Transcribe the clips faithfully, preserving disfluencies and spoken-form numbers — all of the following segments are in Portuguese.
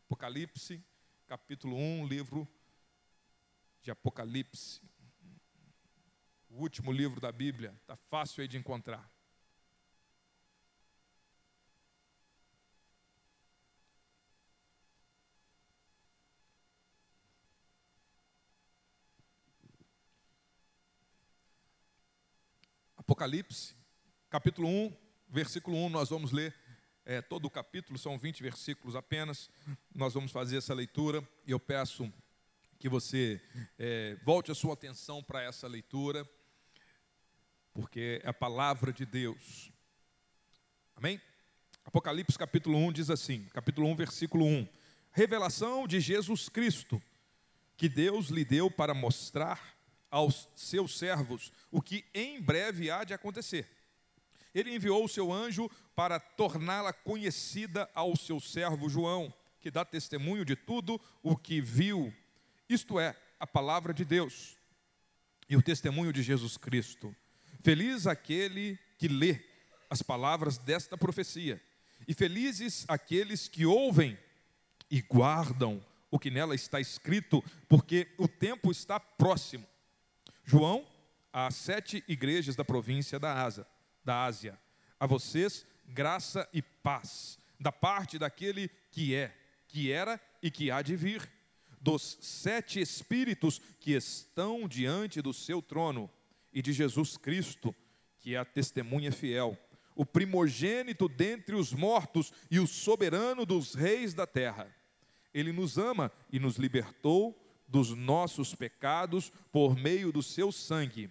Apocalipse, capítulo um, livro de Apocalipse. O último livro da Bíblia, está fácil aí de encontrar. Apocalipse, capítulo um, versículo um, nós vamos ler é, todo o capítulo, são vinte versículos apenas. Nós vamos fazer essa leitura e eu peço que você é, volte a sua atenção para essa leitura, porque é a palavra de Deus. Amém? Apocalipse capítulo um diz assim, capítulo um, versículo um. Revelação de Jesus Cristo, que Deus lhe deu para mostrar aos seus servos o que em breve há de acontecer. Ele enviou o seu anjo para torná-la conhecida ao seu servo João, que dá testemunho de tudo o que viu, isto é, a palavra de Deus e o testemunho de Jesus Cristo. Feliz aquele que lê as palavras desta profecia, e felizes aqueles que ouvem e guardam o que nela está escrito, porque o tempo está próximo. João, às sete igrejas da província da Ásia, da Ásia, a vocês graça e paz, da parte daquele que é, que era e que há de vir, dos sete espíritos que estão diante do seu trono, e de Jesus Cristo, que é a testemunha fiel, o primogênito dentre os mortos e o soberano dos reis da terra. Ele nos ama e nos libertou dos nossos pecados por meio do seu sangue.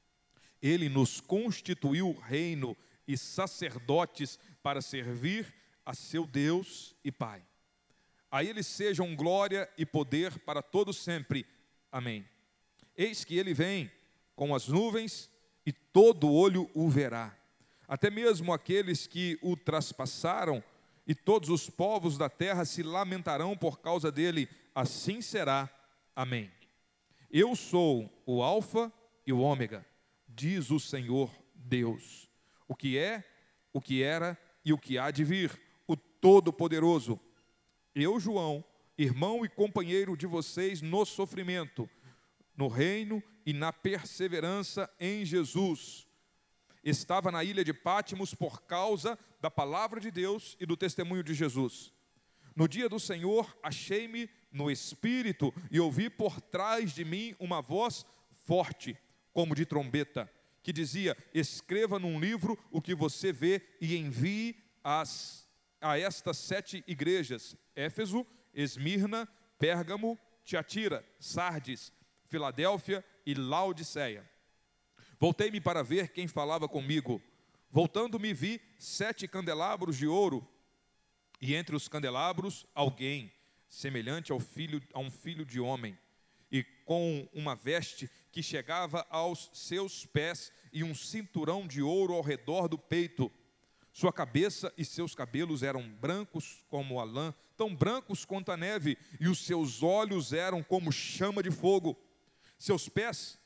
Ele nos constituiu reino e sacerdotes para servir a seu Deus e Pai. A ele sejam glória e poder para todos sempre. Amém. Eis que ele vem com as nuvens e todo olho o verá, até mesmo aqueles que o traspassaram, e todos os povos da terra se lamentarão por causa dele. Assim será. Amém. Eu sou o Alfa e o Ômega, diz o Senhor Deus, o que é, o que era e o que há de vir, o Todo-Poderoso. Eu, João, irmão e companheiro de vocês no sofrimento, no reino e na perseverança em Jesus, estava na ilha de Pátimos por causa da palavra de Deus e do testemunho de Jesus. No dia do Senhor, achei-me no Espírito e ouvi por trás de mim uma voz forte, como de trombeta, que dizia: escreva num livro o que você vê e envie as, a estas sete igrejas: Éfeso, Esmirna, Pérgamo, Tiatira, Sardes, Filadélfia e Laodiceia. Voltei-me para ver quem falava comigo. Voltando-me, vi sete candelabros de ouro, e entre os candelabros alguém semelhante ao filho, a um filho de homem, e com uma veste que chegava aos seus pés e um cinturão de ouro ao redor do peito. Sua cabeça e seus cabelos eram brancos como a lã, tão brancos quanto a neve, e os seus olhos eram como chama de fogo. Seus pés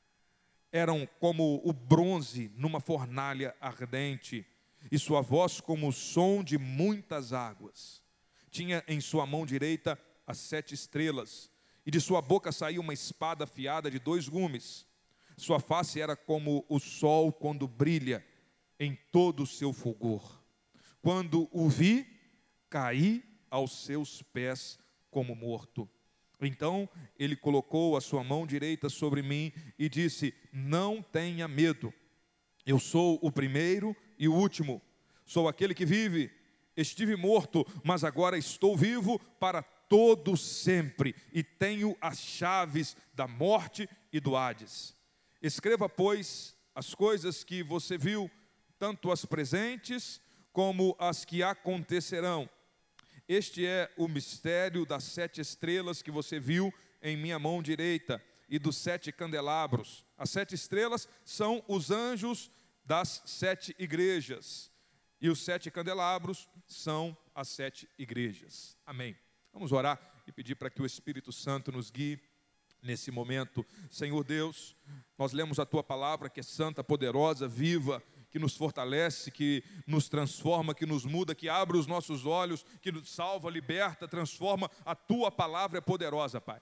eram como o bronze numa fornalha ardente, e sua voz como o som de muitas águas. Tinha em sua mão direita as sete estrelas, e de sua boca saía uma espada afiada de dois gumes. Sua face era como o sol quando brilha em todo o seu fulgor. Quando o vi, caí aos seus pés como morto. Então ele colocou a sua mão direita sobre mim e disse: não tenha medo, eu sou o primeiro e o último, sou aquele que vive. Estive morto, mas agora estou vivo para todo sempre, e tenho as chaves da morte e do Hades. Escreva, pois, as coisas que você viu, tanto as presentes como as que acontecerão. Este é o mistério das sete estrelas que você viu em minha mão direita e dos sete candelabros. As sete estrelas são os anjos das sete igrejas, e os sete candelabros são as sete igrejas. Amém. Vamos orar e pedir para que o Espírito Santo nos guie nesse momento. Senhor Deus, nós lemos a Tua palavra, que é santa, poderosa, viva, que nos fortalece, que nos transforma, que nos muda, que abre os nossos olhos, que nos salva, liberta, transforma. A Tua palavra é poderosa, Pai.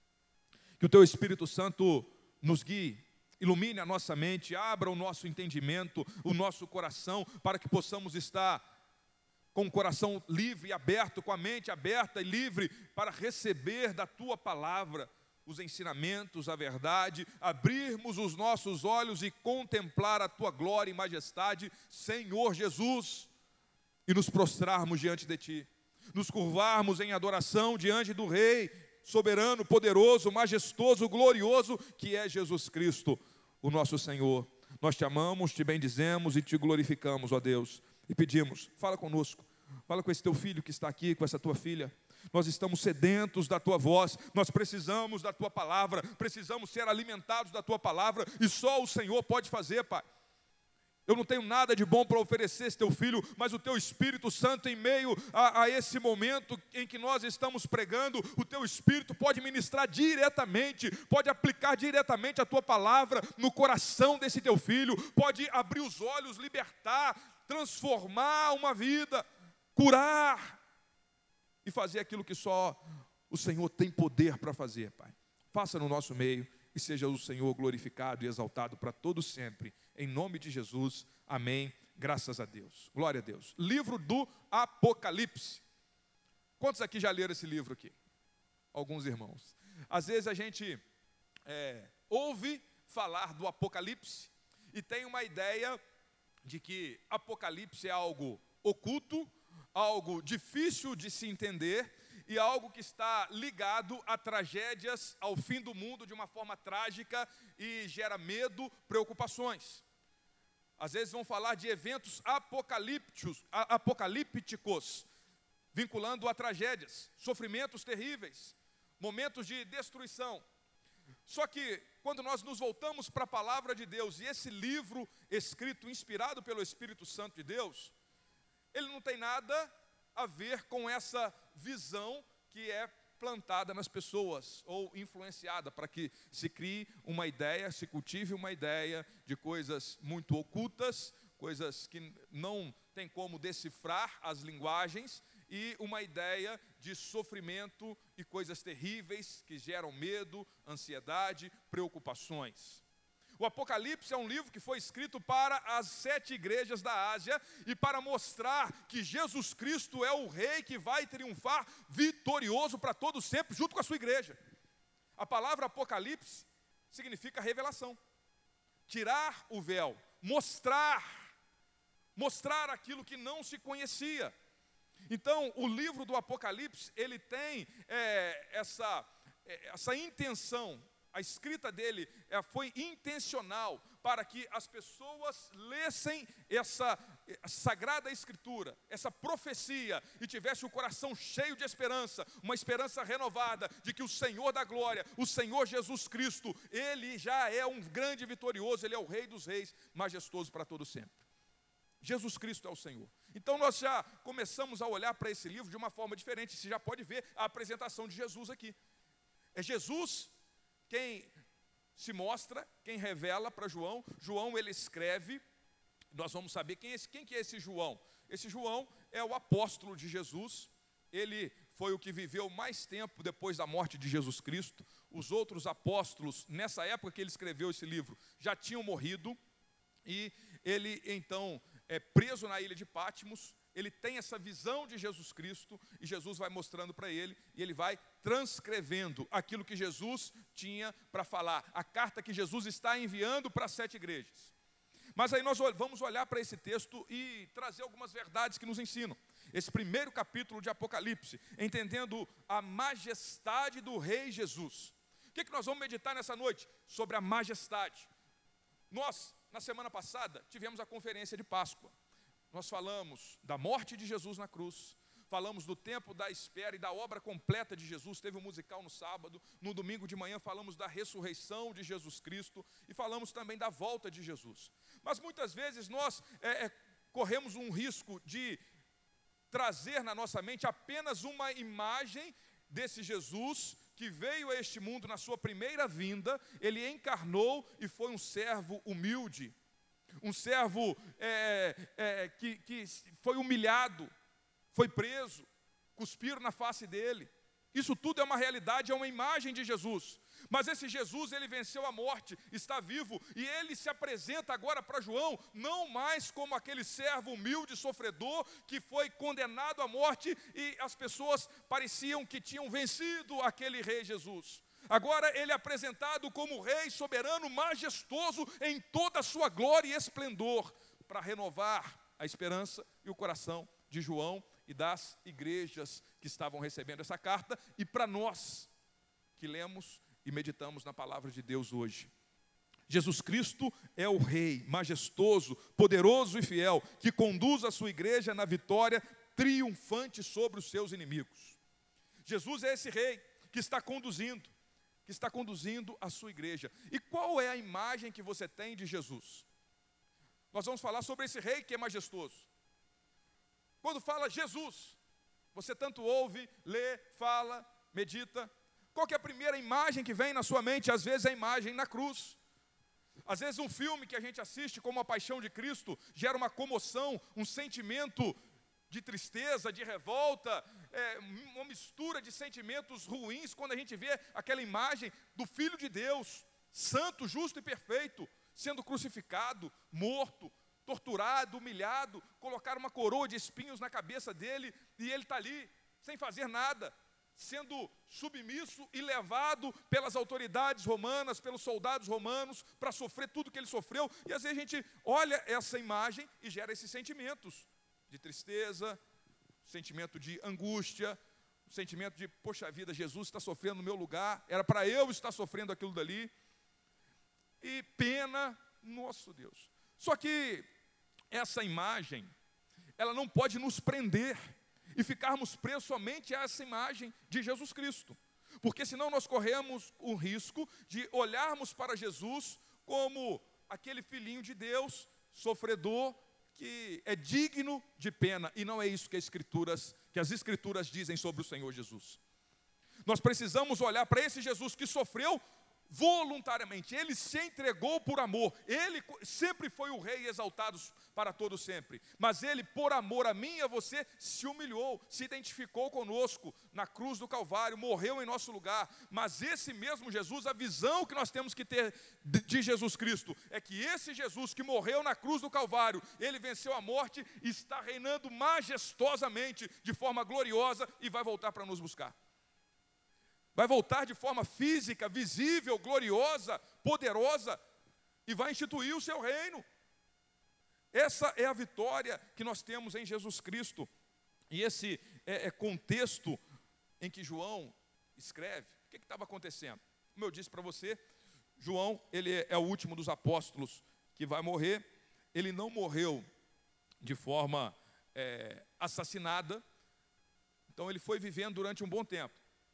Que o Teu Espírito Santo nos guie, ilumine a nossa mente, abra o nosso entendimento, o nosso coração, para que possamos estar com o coração livre e aberto, com a mente aberta e livre, para receber da Tua palavra os ensinamentos, a verdade, abrirmos os nossos olhos e contemplar a Tua glória e majestade, Senhor Jesus, e nos prostrarmos diante de Ti, nos curvarmos em adoração diante do Rei, soberano, poderoso, majestoso, glorioso, que é Jesus Cristo, o nosso Senhor. Nós Te amamos, Te bendizemos e Te glorificamos, ó Deus, e pedimos, fala conosco, fala com esse Teu filho que está aqui, com essa Tua filha. Nós estamos sedentos da Tua voz, nós precisamos da Tua palavra, precisamos ser alimentados da Tua palavra, e só o Senhor pode fazer, Pai. Eu não tenho nada de bom para oferecer a esse Teu filho, mas o Teu Espírito Santo, em meio a, a esse momento em que nós estamos pregando, o Teu Espírito pode ministrar diretamente, pode aplicar diretamente a Tua palavra no coração desse Teu filho, pode abrir os olhos, libertar, transformar uma vida, curar, e fazer aquilo que só o Senhor tem poder para fazer, Pai. Faça no nosso meio e seja o Senhor glorificado e exaltado para todos sempre. Em nome de Jesus, amém. Graças a Deus. Glória a Deus. Livro do Apocalipse. Quantos aqui já leram esse livro aqui? Alguns irmãos. Às vezes a gente é, ouve falar do Apocalipse e tem uma ideia de que Apocalipse é algo oculto, algo difícil de se entender e algo que está ligado a tragédias, ao fim do mundo de uma forma trágica e gera medo, preocupações. Às vezes vão falar de eventos apocalípticos, apocalípticos, vinculando a tragédias, sofrimentos terríveis, momentos de destruição. Só que quando nós nos voltamos para a palavra de Deus e esse livro escrito, inspirado pelo Espírito Santo de Deus, ele não tem nada a ver com essa visão que é plantada nas pessoas ou influenciada para que se crie uma ideia, se cultive uma ideia de coisas muito ocultas, coisas que não tem como decifrar as linguagens e uma ideia de sofrimento e coisas terríveis que geram medo, ansiedade, preocupações. O Apocalipse é um livro que foi escrito para as sete igrejas da Ásia e para mostrar que Jesus Cristo é o Rei que vai triunfar vitorioso para todos sempre, junto com a sua igreja. A palavra Apocalipse significa revelação, tirar o véu, mostrar, mostrar aquilo que não se conhecia. Então, o livro do Apocalipse, ele tem é, essa, é, essa intenção. A escrita dele é, foi intencional para que as pessoas lessem essa sagrada escritura, essa profecia, e tivessem o coração cheio de esperança, uma esperança renovada, de que o Senhor da glória, o Senhor Jesus Cristo, Ele já é um grande vitorioso, Ele é o Rei dos reis, majestoso para todo sempre. Jesus Cristo é o Senhor. Então nós já começamos a olhar para esse livro de uma forma diferente. Você já pode ver a apresentação de Jesus aqui. É Jesus quem se mostra, quem revela para João. João, ele escreve, nós vamos saber quem é, esse, quem que é esse João. Esse João é o apóstolo de Jesus, ele foi o que viveu mais tempo depois da morte de Jesus Cristo. Os outros apóstolos, nessa época que ele escreveu esse livro, já tinham morrido, e ele então é preso na ilha de Patmos. Ele tem essa visão de Jesus Cristo, e Jesus vai mostrando para ele, e ele vai transcrevendo aquilo que Jesus tinha para falar, a carta que Jesus está enviando para as sete igrejas. Mas aí nós vamos olhar para esse texto e trazer algumas verdades que nos ensinam. Esse primeiro capítulo de Apocalipse, entendendo a majestade do Rei Jesus. O que, que nós vamos meditar nessa noite? Sobre a majestade. Nós, na semana passada, tivemos a conferência de Páscoa. Nós falamos da morte de Jesus na cruz, falamos do tempo da espera e da obra completa de Jesus. Teve um musical no sábado, no domingo de manhã falamos da ressurreição de Jesus Cristo e falamos também da volta de Jesus. Mas muitas vezes nós é, é, corremos um risco de trazer na nossa mente apenas uma imagem desse Jesus que veio a este mundo na sua primeira vinda. Ele encarnou e foi um servo humilde, um servo é, é, que, que foi humilhado, foi preso, cuspiram na face dele. Isso tudo é uma realidade, é uma imagem de Jesus. Mas esse Jesus, ele venceu a morte, está vivo, e ele se apresenta agora para João, não mais como aquele servo humilde, sofredor, que foi condenado à morte, e as pessoas pareciam que tinham vencido aquele rei Jesus. Agora ele é apresentado como rei soberano, majestoso, em toda a sua glória e esplendor, para renovar a esperança e o coração de João e das igrejas que estavam recebendo essa carta, e para nós que lemos e meditamos na palavra de Deus hoje. Jesus Cristo é o Rei majestoso, poderoso e fiel, que conduz a sua igreja na vitória triunfante sobre os seus inimigos. Jesus é esse Rei que está conduzindo, que está conduzindo a sua igreja. E qual é a imagem que você tem de Jesus? Nós vamos falar sobre esse Rei que é majestoso. Quando fala Jesus, você tanto ouve, lê, fala, medita. Qual que é a primeira imagem que vem na sua mente? Às vezes é a imagem na cruz. Às vezes um filme que a gente assiste como A Paixão de Cristo gera uma comoção, um sentimento de tristeza, de revolta, é, uma mistura de sentimentos ruins quando a gente vê aquela imagem do Filho de Deus, santo, justo e perfeito, sendo crucificado, morto, torturado, humilhado, colocaram uma coroa de espinhos na cabeça dele e ele está ali, sem fazer nada, sendo submisso e levado pelas autoridades romanas, pelos soldados romanos, para sofrer tudo que ele sofreu. E às vezes a gente olha essa imagem e gera esses sentimentos de tristeza, sentimento de angústia, sentimento de, poxa vida, Jesus está sofrendo no meu lugar, era para eu estar sofrendo aquilo dali, e pena, nosso Deus. Só que essa imagem, ela não pode nos prender e ficarmos presos somente a essa imagem de Jesus Cristo, porque senão nós corremos o risco de olharmos para Jesus como aquele filhinho de Deus, sofredor, que é digno de pena, e não é isso que as escrituras, que as escrituras dizem sobre o Senhor Jesus. Nós precisamos olhar para esse Jesus que sofreu voluntariamente, ele se entregou por amor, ele sempre foi o rei exaltado para todo sempre, mas ele por amor a mim e a você se humilhou, se identificou conosco na cruz do Calvário, morreu em nosso lugar. Mas esse mesmo Jesus, a visão que nós temos que ter de Jesus Cristo é que esse Jesus que morreu na cruz do Calvário, ele venceu a morte, está reinando majestosamente, de forma gloriosa, e vai voltar para nos buscar. Vai voltar de forma física, visível, gloriosa, poderosa, e vai instituir o seu reino. Essa é a vitória que nós temos em Jesus Cristo. E esse é, é contexto em que João escreve. O que estava acontecendo? Como eu disse para você, João, ele é, é o último dos apóstolos que vai morrer. Ele não morreu de forma é, assassinada. Então ele foi vivendo durante um bom tempo.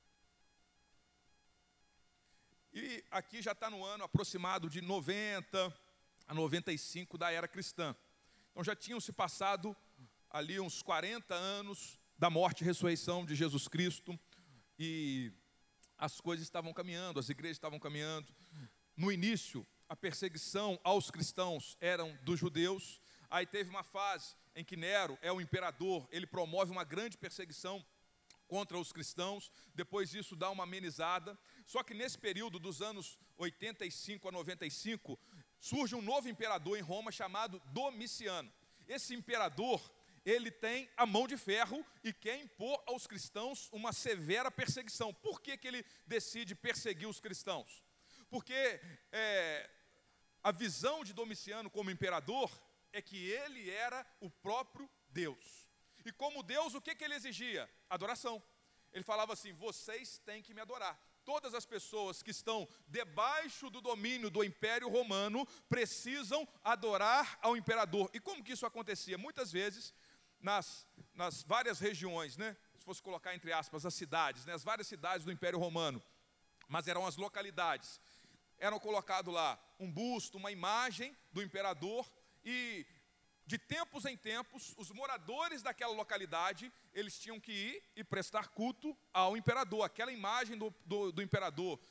E aqui já está no ano aproximado de noventa a noventa e cinco da era cristã. Então já tinham se passado ali uns quarenta anos da morte e ressurreição de Jesus Cristo, e as coisas estavam caminhando, as igrejas estavam caminhando. No início, a perseguição aos cristãos eram dos judeus. Aí teve uma fase em que Nero é o imperador, ele promove uma grande perseguição contra os cristãos, depois isso dá uma amenizada. Só que nesse período dos anos oitenta e cinco a noventa e cinco, surge um novo imperador em Roma chamado Domiciano. Esse imperador, ele tem a mão de ferro e quer impor aos cristãos uma severa perseguição. Por que que ele decide perseguir os cristãos? Porque é, a visão de Domiciano como imperador é que ele era o próprio Deus. E como Deus, o que que ele exigia? Adoração. Ele falava assim: vocês têm que me adorar. Todas as pessoas que estão debaixo do domínio do Império Romano precisam adorar ao imperador. E como que isso acontecia? Muitas vezes, nas, nas várias regiões, né? Se fosse colocar entre aspas as cidades, né? As várias cidades do Império Romano, mas eram as localidades. Eram colocado lá um busto, uma imagem do imperador, e de tempos em tempos, os moradores daquela localidade, eles tinham que ir e prestar culto ao imperador, aquela imagem do, do, do imperador,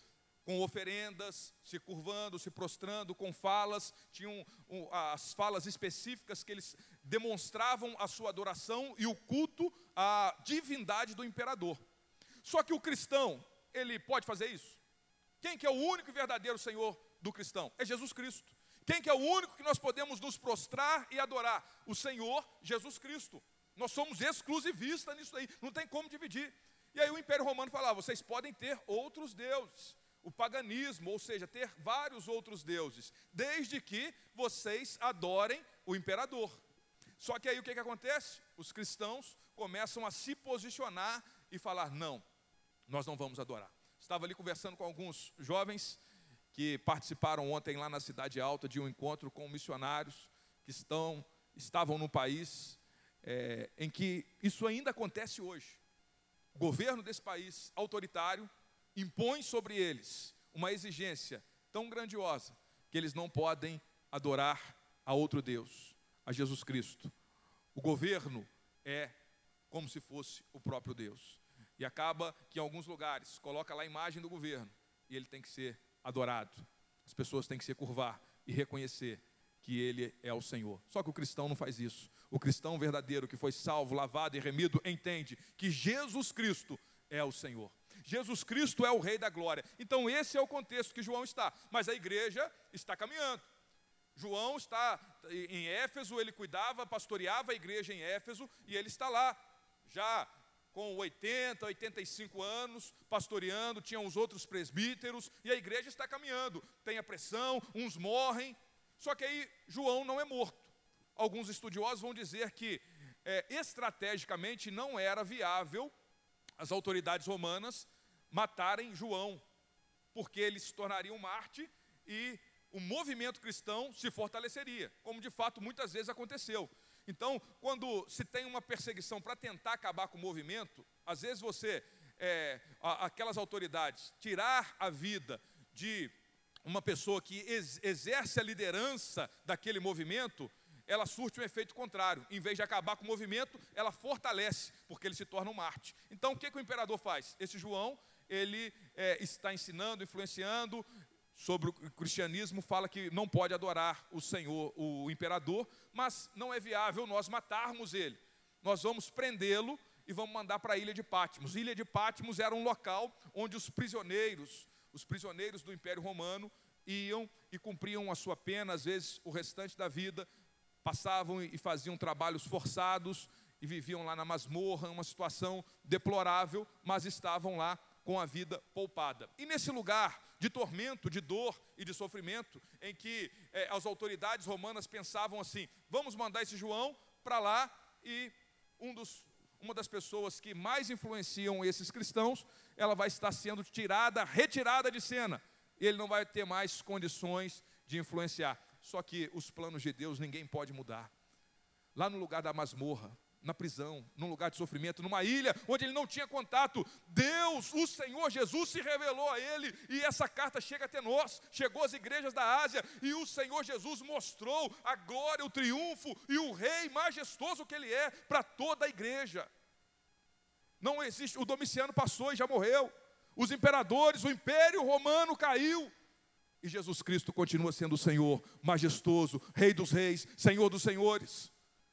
com oferendas, se curvando, se prostrando, com falas, tinham um, as falas específicas que eles demonstravam a sua adoração e o culto à divindade do imperador. Só que o cristão, ele pode fazer isso? Quem que é o único e verdadeiro Senhor do cristão? É Jesus Cristo. Quem que é o único que nós podemos nos prostrar e adorar? O Senhor Jesus Cristo. Nós somos exclusivistas nisso aí, não tem como dividir. E aí o Império Romano falava, vocês podem ter outros deuses. O paganismo, ou seja, ter vários outros deuses, desde que vocês adorem o imperador. Só que aí o que, que acontece? Os cristãos começam a se posicionar e falar, não, nós não vamos adorar. Estava ali conversando com alguns jovens que participaram ontem lá na Cidade Alta de um encontro com missionários que estão, estavam no país é, em que isso ainda acontece hoje. O governo desse país autoritário impõe sobre eles uma exigência tão grandiosa que eles não podem adorar a outro Deus, a Jesus Cristo. O governo é como se fosse o próprio Deus. E acaba que em alguns lugares coloca lá a imagem do governo e ele tem que ser adorado. As pessoas têm que se curvar e reconhecer que ele é o Senhor. Só que o cristão não faz isso. O cristão verdadeiro que foi salvo, lavado e remido, entende que Jesus Cristo é o Senhor. Jesus Cristo é o Rei da Glória. Então esse é o contexto que João está. Mas a igreja está caminhando. João está em Éfeso, ele cuidava, pastoreava a igreja em Éfeso, e ele está lá, já com oitenta, oitenta e cinco anos, pastoreando, tinha os outros presbíteros, e a igreja está caminhando. Tem a pressão, uns morrem. Só que aí João não é morto. Alguns estudiosos vão dizer que é, estrategicamente não era viável as autoridades romanas matarem João, porque ele se tornaria um mártir e o movimento cristão se fortaleceria, como de fato muitas vezes aconteceu. Então, quando se tem uma perseguição para tentar acabar com o movimento, às vezes você, é, aquelas autoridades, tirar a vida de uma pessoa que ex exerce a liderança daquele movimento, ela surte um efeito contrário. Em vez de acabar com o movimento, ela fortalece, porque ele se torna um mártir. Então, o que, que o imperador faz? Esse João, ele é, está ensinando, influenciando sobre o cristianismo, fala que não pode adorar o Senhor, o imperador, mas não é viável nós matarmos ele. Nós vamos prendê-lo e vamos mandar para a ilha de Patmos. A ilha de Patmos era um local onde os prisioneiros, os prisioneiros do Império Romano, iam e cumpriam a sua pena, às vezes o restante da vida, passavam e faziam trabalhos forçados e viviam lá na masmorra, uma situação deplorável, mas estavam lá com a vida poupada. E nesse lugar de tormento, de dor e de sofrimento, em que é, as autoridades romanas pensavam assim, vamos mandar esse João para lá, e um dos, uma das pessoas que mais influenciam esses cristãos, ela vai estar sendo tirada, retirada de cena. Ele não vai ter mais condições de influenciar. Só que os planos de Deus ninguém pode mudar. Lá no lugar da masmorra, na prisão, num lugar de sofrimento, numa ilha onde ele não tinha contato, Deus, o Senhor Jesus, se revelou a ele, e essa carta chega até nós, chegou às igrejas da Ásia, e o Senhor Jesus mostrou a glória, o triunfo e o rei majestoso que ele é para toda a igreja. Não existe, o Domiciano passou e já morreu, os imperadores, o Império Romano caiu, e Jesus Cristo continua sendo o Senhor majestoso, Rei dos reis, Senhor dos senhores.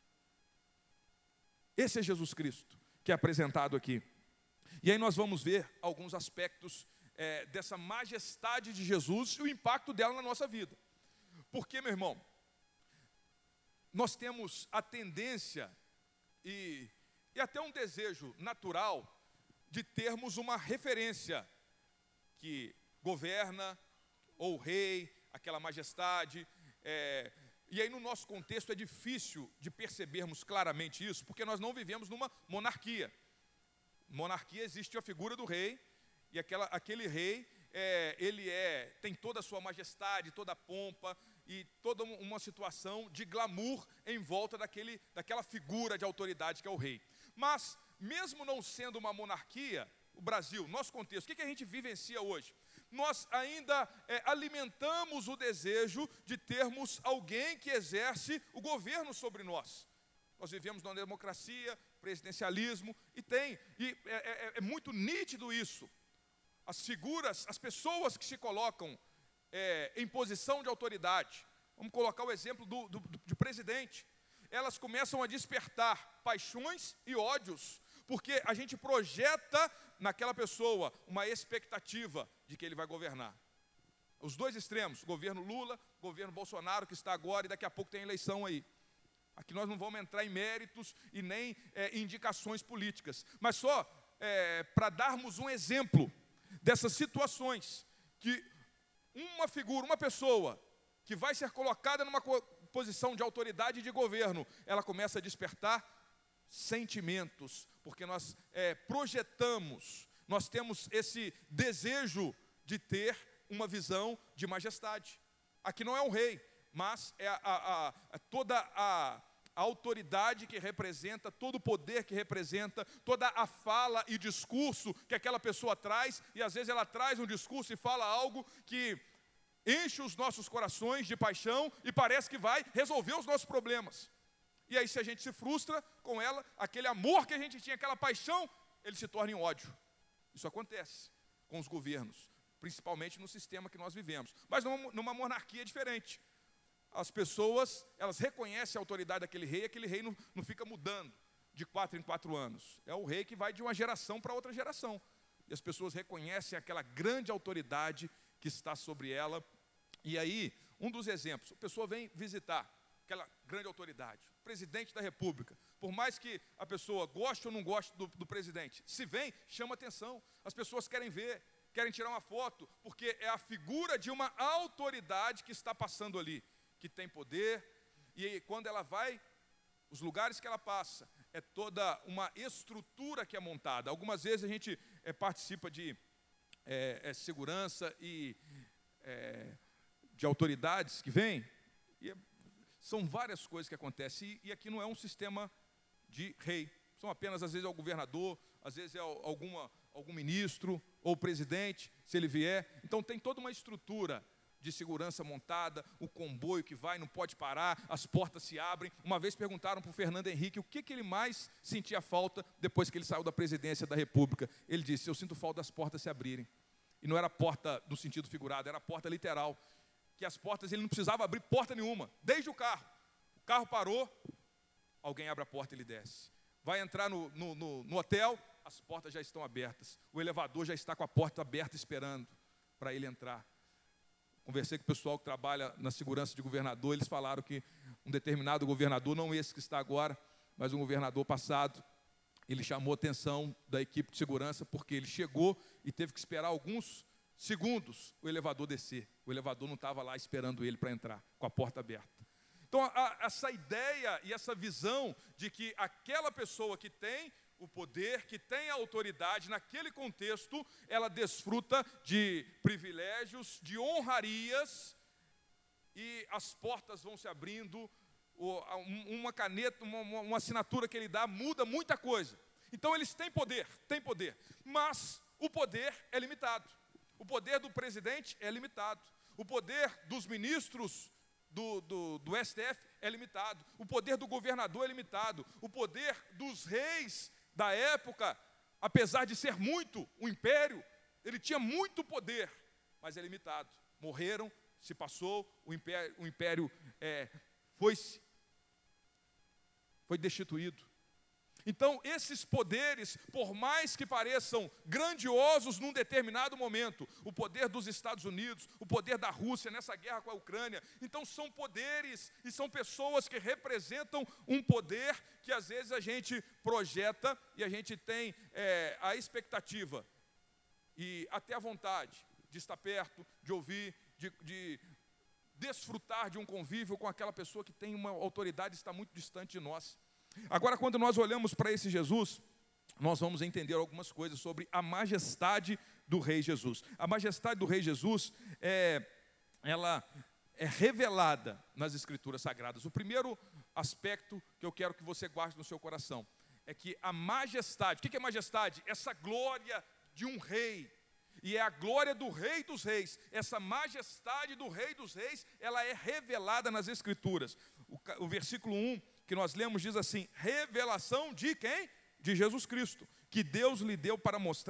Esse é Jesus Cristo que é apresentado aqui. E aí nós vamos ver alguns aspectos é, dessa majestade de Jesus e o impacto dela na nossa vida. Porque, meu irmão, nós temos a tendência e, e até um desejo natural de termos uma referência que governa, ou o rei, aquela majestade. É, e aí no nosso contexto é difícil de percebermos claramente isso, porque nós não vivemos numa monarquia. Monarquia existe a figura do rei, e aquela, aquele rei, é, ele é, tem toda a sua majestade, toda a pompa, e toda uma situação de glamour em volta daquele, daquela figura de autoridade que é o rei. Mas, mesmo não sendo uma monarquia, o Brasil, nosso contexto, o que, que a gente vivencia hoje? Nós ainda é, alimentamos o desejo de termos alguém que exerce o governo sobre nós. Nós vivemos numa democracia, presidencialismo, e tem, e é, é, é muito nítido isso. as figuras, as pessoas que se colocam é, em posição de autoridade, vamos colocar o exemplo do, do, do presidente, elas começam a despertar paixões e ódios, porque a gente projeta naquela pessoa uma expectativa de que ele vai governar. Os dois extremos, governo Lula, governo Bolsonaro, que está agora, e daqui a pouco tem eleição aí. Aqui nós não vamos entrar em méritos e nem é, indicações políticas, mas só é, para darmos um exemplo dessas situações, que uma figura, uma pessoa, que vai ser colocada numa posição de autoridade e de governo, ela começa a despertar sentimentos, porque nós é, projetamos, nós temos esse desejo de ter uma visão de majestade. Aqui não é um rei, mas é a, a, a, toda a, a autoridade que representa, todo o poder que representa, toda a fala e discurso que aquela pessoa traz, e às vezes ela traz um discurso e fala algo que enche os nossos corações de paixão e parece que vai resolver os nossos problemas. E aí, se a gente se frustra com ela, aquele amor que a gente tinha, aquela paixão, ele se torna em ódio. Isso acontece com os governos, principalmente no sistema que nós vivemos. Mas numa, numa monarquia é diferente. As pessoas, elas reconhecem a autoridade daquele rei, e aquele rei não, não fica mudando de quatro em quatro anos. É o rei que vai de uma geração para outra geração. E as pessoas reconhecem aquela grande autoridade que está sobre ela. E aí, um dos exemplos, a pessoa vem visitar aquela grande autoridade, o presidente da república. Por mais que a pessoa goste ou não goste do, do presidente, se vem, chama atenção. As pessoas querem ver, querem tirar uma foto, porque é a figura de uma autoridade que está passando ali, que tem poder, e aí, quando ela vai, os lugares que ela passa, é toda uma estrutura que é montada. Algumas vezes a gente é, participa de é, é, segurança e é, de autoridades que vêm, e é, são várias coisas que acontecem, e, e aqui não é um sistema de rei, são apenas, às vezes, é o governador, às vezes é alguma, algum ministro, ou presidente, se ele vier. Então tem toda uma estrutura de segurança montada, o comboio que vai, não pode parar, as portas se abrem. Uma vez perguntaram para o Fernando Henrique o que, que ele mais sentia falta depois que ele saiu da presidência da República. Ele disse: eu sinto falta das portas se abrirem. E não era porta no sentido figurado, era porta literal. Que as portas, ele não precisava abrir porta nenhuma, desde o carro. O carro parou, alguém abre a porta e ele desce. Vai entrar no, no, no, no hotel, as portas já estão abertas. O elevador já está com a porta aberta esperando para ele entrar. Conversei com o pessoal que trabalha na segurança de governador, eles falaram que um determinado governador, não esse que está agora, mas um governador passado, ele chamou a atenção da equipe de segurança, porque ele chegou e teve que esperar alguns segundos o elevador descer. O elevador não estava lá esperando ele para entrar, com a porta aberta. Então, a, essa ideia e essa visão de que aquela pessoa que tem o poder, que tem a autoridade, naquele contexto, ela desfruta de privilégios, de honrarias, e as portas vão se abrindo, uma caneta, uma, uma assinatura que ele dá, muda muita coisa. Então, eles têm poder, têm poder, mas o poder é limitado. O poder do presidente é limitado. O poder dos ministros do, do, do S T F é limitado. O poder do governador é limitado. O poder dos reis da época, apesar de ser muito o império, ele tinha muito poder, mas é limitado. Morreram, se passou, o império, o império é, foi, foi destituído. Então, esses poderes, por mais que pareçam grandiosos num determinado momento, o poder dos Estados Unidos, o poder da Rússia nessa guerra com a Ucrânia, então são poderes e são pessoas que representam um poder que às vezes a gente projeta e a gente tem é, a expectativa e até a vontade de estar perto, de ouvir, de, de desfrutar de um convívio com aquela pessoa que tem uma autoridade e está muito distante de nós. Agora, quando nós olhamos para esse Jesus, nós vamos entender algumas coisas sobre a majestade do Rei Jesus. A majestade do Rei Jesus, é, ela é revelada nas Escrituras Sagradas. O primeiro aspecto que eu quero que você guarde no seu coração é que a majestade, o que é majestade? Essa glória de um rei, e é a glória do Rei dos Reis. Essa majestade do Rei dos Reis, ela é revelada nas Escrituras. O, o versículo um que nós lemos diz assim: revelação de quem? De Jesus Cristo, que Deus lhe deu para mostrar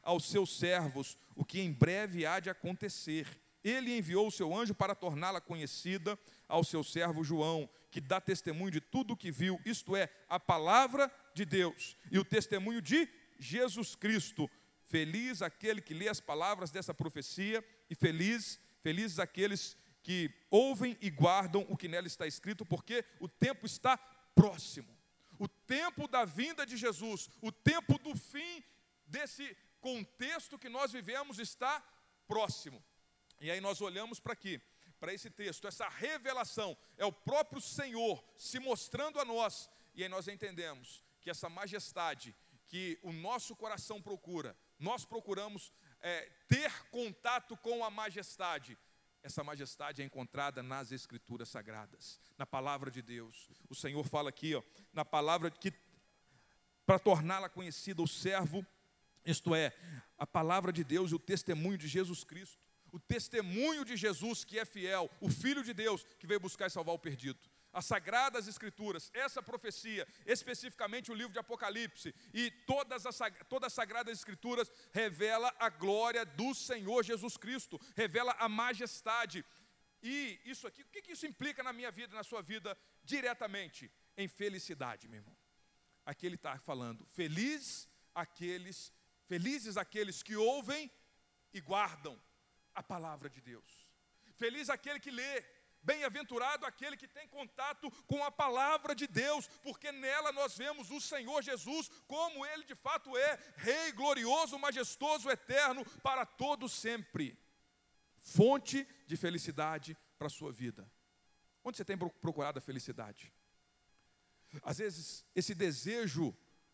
aos seus servos o que em breve há de acontecer. Ele enviou o seu anjo para torná-la conhecida ao seu servo João, que dá testemunho de tudo o que viu, isto é, a palavra de Deus e o testemunho de Jesus Cristo. Feliz aquele que lê as palavras dessa profecia e feliz, felizes aqueles que ouvem e guardam o que nela está escrito, porque o tempo está próximo. O tempo da vinda de Jesus, o tempo do fim desse contexto que nós vivemos está próximo. E aí nós olhamos para aqui, para esse texto, essa revelação, é o próprio Senhor se mostrando a nós, e aí nós entendemos que essa majestade que o nosso coração procura, nós procuramos é, ter contato com a majestade. Essa majestade é encontrada nas Escrituras Sagradas, na palavra de Deus. O Senhor fala aqui, ó, na palavra que, para torná-la conhecida, o servo, isto é, a palavra de Deus e o testemunho de Jesus Cristo. O testemunho de Jesus que é fiel, o Filho de Deus que veio buscar e salvar o perdido. As Sagradas Escrituras, essa profecia, especificamente o livro de Apocalipse e todas as, todas as Sagradas Escrituras revela a glória do Senhor Jesus Cristo, revela a majestade. E isso aqui, o que isso implica na minha vida e na sua vida diretamente? Em felicidade, meu irmão. Aqui ele está falando, feliz aqueles, felizes aqueles que ouvem e guardam a palavra de Deus. Feliz aquele que lê. Bem-aventurado aquele que tem contato com a palavra de Deus, porque nela nós vemos o Senhor Jesus, como Ele de fato é, Rei glorioso, majestoso, eterno, para todo sempre. Fonte de felicidade para a sua vida. Onde você tem procurado a felicidade? Às vezes, esse desejo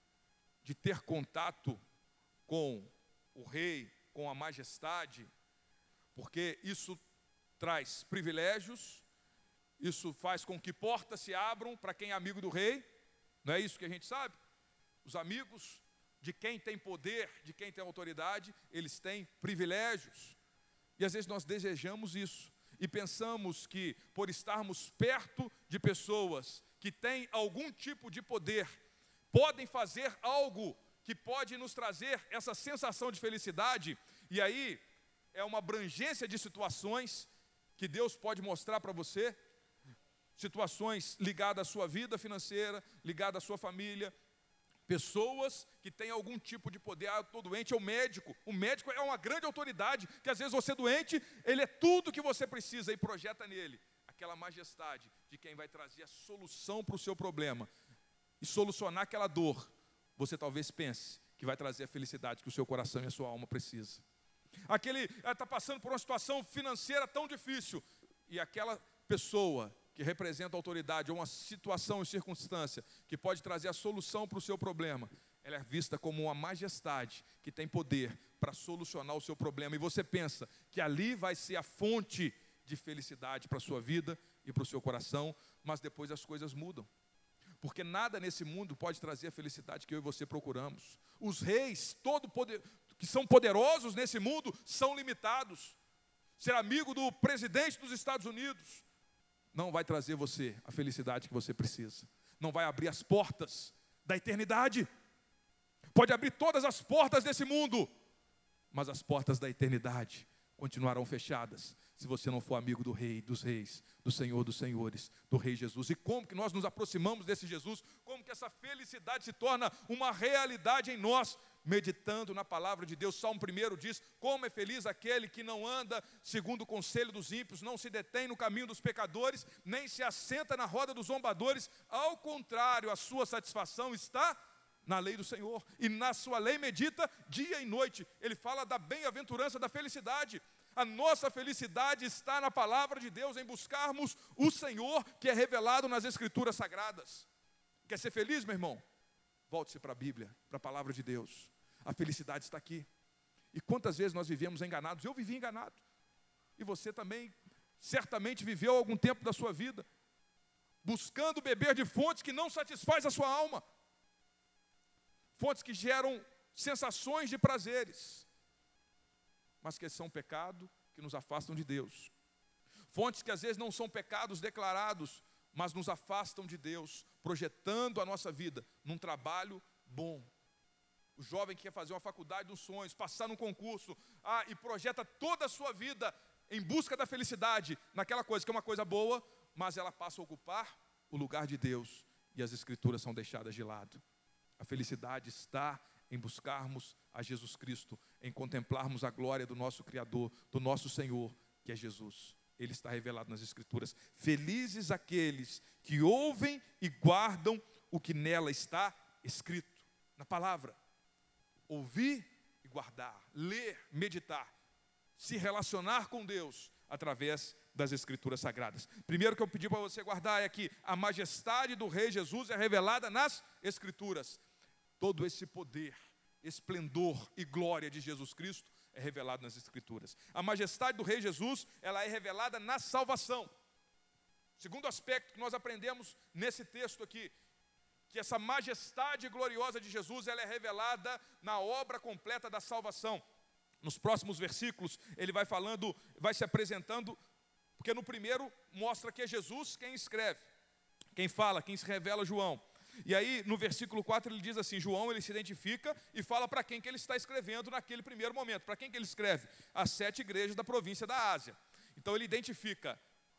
de ter contato com o Rei, com a majestade, porque isso traz privilégios, isso faz com que portas se abram para quem é amigo do rei, não é isso que a gente sabe? Os amigos de quem tem poder, de quem tem autoridade, eles têm privilégios, e às vezes nós desejamos isso, e pensamos que por estarmos perto de pessoas que têm algum tipo de poder, podem fazer algo que pode nos trazer essa sensação de felicidade, e aí é uma abrangência de situações que Deus pode mostrar para você, situações ligadas à sua vida financeira, ligadas à sua família, pessoas que têm algum tipo de poder. Ah, eu estou doente, é o médico, o médico é uma grande autoridade, que às vezes você é doente, ele é tudo que você precisa e projeta nele aquela majestade de quem vai trazer a solução para o seu problema e solucionar aquela dor. Você talvez pense que vai trazer a felicidade que o seu coração e a sua alma precisam. Aquele está passando por uma situação financeira tão difícil, e aquela pessoa que representa a autoridade, ou uma situação e circunstância que pode trazer a solução para o seu problema, ela é vista como uma majestade que tem poder para solucionar o seu problema, e você pensa que ali vai ser a fonte de felicidade para a sua vida e para o seu coração, mas depois as coisas mudam. Porque nada nesse mundo pode trazer a felicidade que eu e você procuramos. Os reis, todo poder, que são poderosos nesse mundo, são limitados. Ser amigo do presidente dos Estados Unidos não vai trazer você a felicidade que você precisa. Não vai abrir as portas da eternidade. Pode abrir todas as portas desse mundo, mas as portas da eternidade continuarão fechadas se você não for amigo do Rei dos Reis, do Senhor dos Senhores, do Rei Jesus. E como que nós nos aproximamos desse Jesus? Como que essa felicidade se torna uma realidade em nós? Meditando na palavra de Deus. Salmo primeiro diz, como é feliz aquele que não anda segundo o conselho dos ímpios, não se detém no caminho dos pecadores, nem se assenta na roda dos zombadores. Ao contrário, a sua satisfação está na lei do Senhor, e na sua lei medita dia e noite. Ele fala da bem-aventurança, da felicidade. A nossa felicidade está na palavra de Deus, em buscarmos o Senhor, que é revelado nas Escrituras Sagradas. Quer ser feliz, meu irmão? Volte-se para a Bíblia, para a palavra de Deus. A felicidade está aqui. E quantas vezes nós vivemos enganados? Eu vivi enganado. E você também certamente viveu algum tempo da sua vida buscando beber de fontes que não satisfaz a sua alma. Fontes que geram sensações de prazeres, mas que são pecado, que nos afastam de Deus. Fontes que às vezes não são pecados declarados, mas nos afastam de Deus, projetando a nossa vida num trabalho bom, O jovem que quer fazer uma faculdade dos sonhos, passar num concurso, ah, e projeta toda a sua vida em busca da felicidade, naquela coisa que é uma coisa boa, mas ela passa a ocupar o lugar de Deus e as Escrituras são deixadas de lado. A felicidade está em buscarmos a Jesus Cristo, em contemplarmos a glória do nosso Criador, do nosso Senhor, que é Jesus. Ele está revelado nas Escrituras. Felizes aqueles que ouvem e guardam o que nela está escrito, na palavra. Ouvir e guardar, ler, meditar, se relacionar com Deus através das Escrituras Sagradas. Primeiro que eu pedi para você guardar é que a majestade do Rei Jesus é revelada nas Escrituras. Todo esse poder, esplendor e glória de Jesus Cristo é revelado nas Escrituras. A majestade do Rei Jesus, ela é revelada na salvação. Segundo aspecto que nós aprendemos nesse texto aqui, que essa majestade gloriosa de Jesus, ela é revelada na obra completa da salvação. Nos próximos versículos, ele vai falando, vai se apresentando, porque no primeiro mostra que é Jesus quem escreve, quem fala, quem se revela João. E aí, no versículo quatro, ele diz assim, João, ele se identifica e fala para quem que ele está escrevendo naquele primeiro momento. Para quem que ele escreve? As sete igrejas da província da Ásia. Então, ele identifica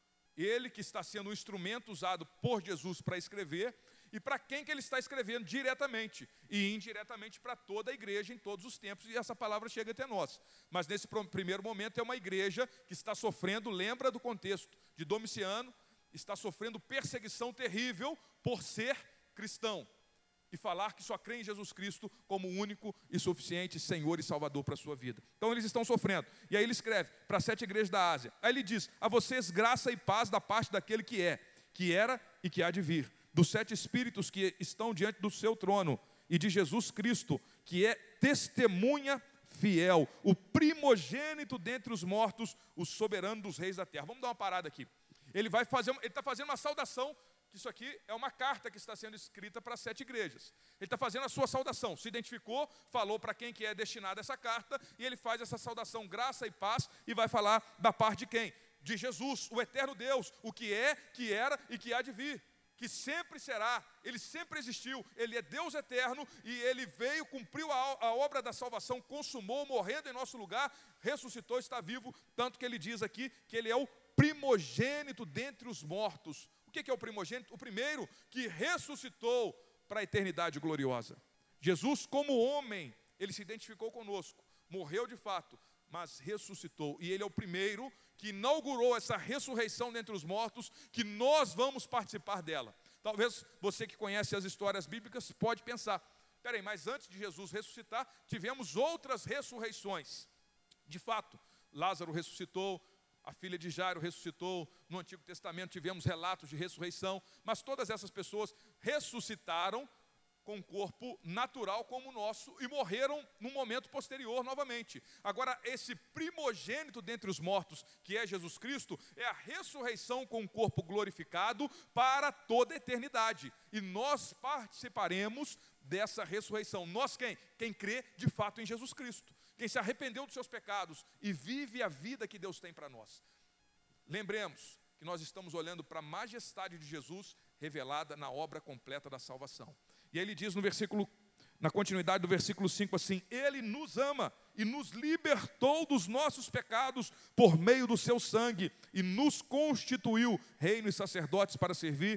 ele que está sendo um instrumento usado por Jesus para escrever, e para quem que ele está escrevendo diretamente e indiretamente para toda a igreja em todos os tempos, e essa palavra chega até nós. Mas nesse primeiro momento é uma igreja que está sofrendo, lembra do contexto de Domiciano, está sofrendo perseguição terrível por ser cristão e falar que só crê em Jesus Cristo como único e suficiente Senhor e Salvador para a sua vida. Então eles estão sofrendo. E aí ele escreve para as sete igrejas da Ásia. Aí ele diz, a vocês graça e paz da parte daquele que é, que era e que há de vir, dos sete espíritos que estão diante do seu trono, e de Jesus Cristo, que é testemunha fiel, o primogênito dentre os mortos, o soberano dos reis da terra. Vamos dar uma parada aqui. Ele vai fazer, ele está fazendo uma saudação, que isso aqui é uma carta que está sendo escrita para sete igrejas. Ele está fazendo a sua saudação, se identificou, falou para quem que é destinada essa carta, e ele faz essa saudação, graça e paz, e vai falar da parte de quem? De Jesus, o eterno Deus, o que é, que era e que há de vir, que sempre será, ele sempre existiu, ele é Deus eterno, e ele veio, cumpriu a, a obra da salvação, consumou, morrendo em nosso lugar, ressuscitou, está vivo, tanto que ele diz aqui, que ele é o primogênito dentre os mortos. O que é o primogênito? O primeiro que ressuscitou para a eternidade gloriosa. Jesus, como homem, ele se identificou conosco, morreu de fato, mas ressuscitou. E ele é o primeiro que inaugurou essa ressurreição dentre os mortos, que nós vamos participar dela. Talvez você que conhece as histórias bíblicas pode pensar, peraí, mas antes de Jesus ressuscitar, tivemos outras ressurreições. De fato, Lázaro ressuscitou, a filha de Jairo ressuscitou, no Antigo Testamento tivemos relatos de ressurreição, mas todas essas pessoas ressuscitaram com um corpo natural como o nosso e morreram num momento posterior novamente. Agora, esse primogênito dentre os mortos, que é Jesus Cristo, é a ressurreição com um corpo glorificado para toda a eternidade. E nós participaremos dessa ressurreição. Nós quem? Quem crê de fato em Jesus Cristo. Quem se arrependeu dos seus pecados e vive a vida que Deus tem para nós. Lembremos que nós estamos olhando para a majestade de Jesus revelada na obra completa da salvação. E aí ele diz no versículo, na continuidade do versículo cinco assim, ele nos ama e nos libertou dos nossos pecados por meio do seu sangue e nos constituiu reino e sacerdotes para servir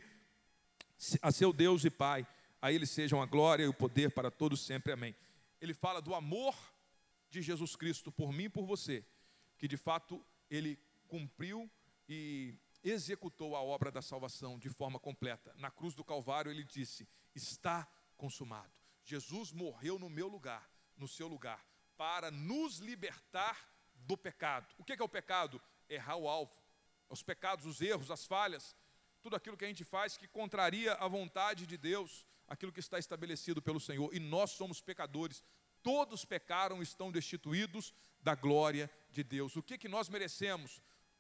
a seu Deus e Pai. A ele sejam a glória e o poder para todos sempre. Amém. Ele fala do amor de Jesus Cristo por mim e por você, que de fato ele cumpriu e executou a obra da salvação de forma completa. Na cruz do Calvário ele disse, está consumado. Jesus morreu no meu lugar, no seu lugar, para nos libertar do pecado. O que é o pecado? Errar o alvo. Os pecados, os erros, as falhas, tudo aquilo que a gente faz que contraria a vontade de Deus, aquilo que está estabelecido pelo Senhor. E nós somos pecadores. Todos pecaram e estão destituídos da glória de Deus. O que, que nós merecemos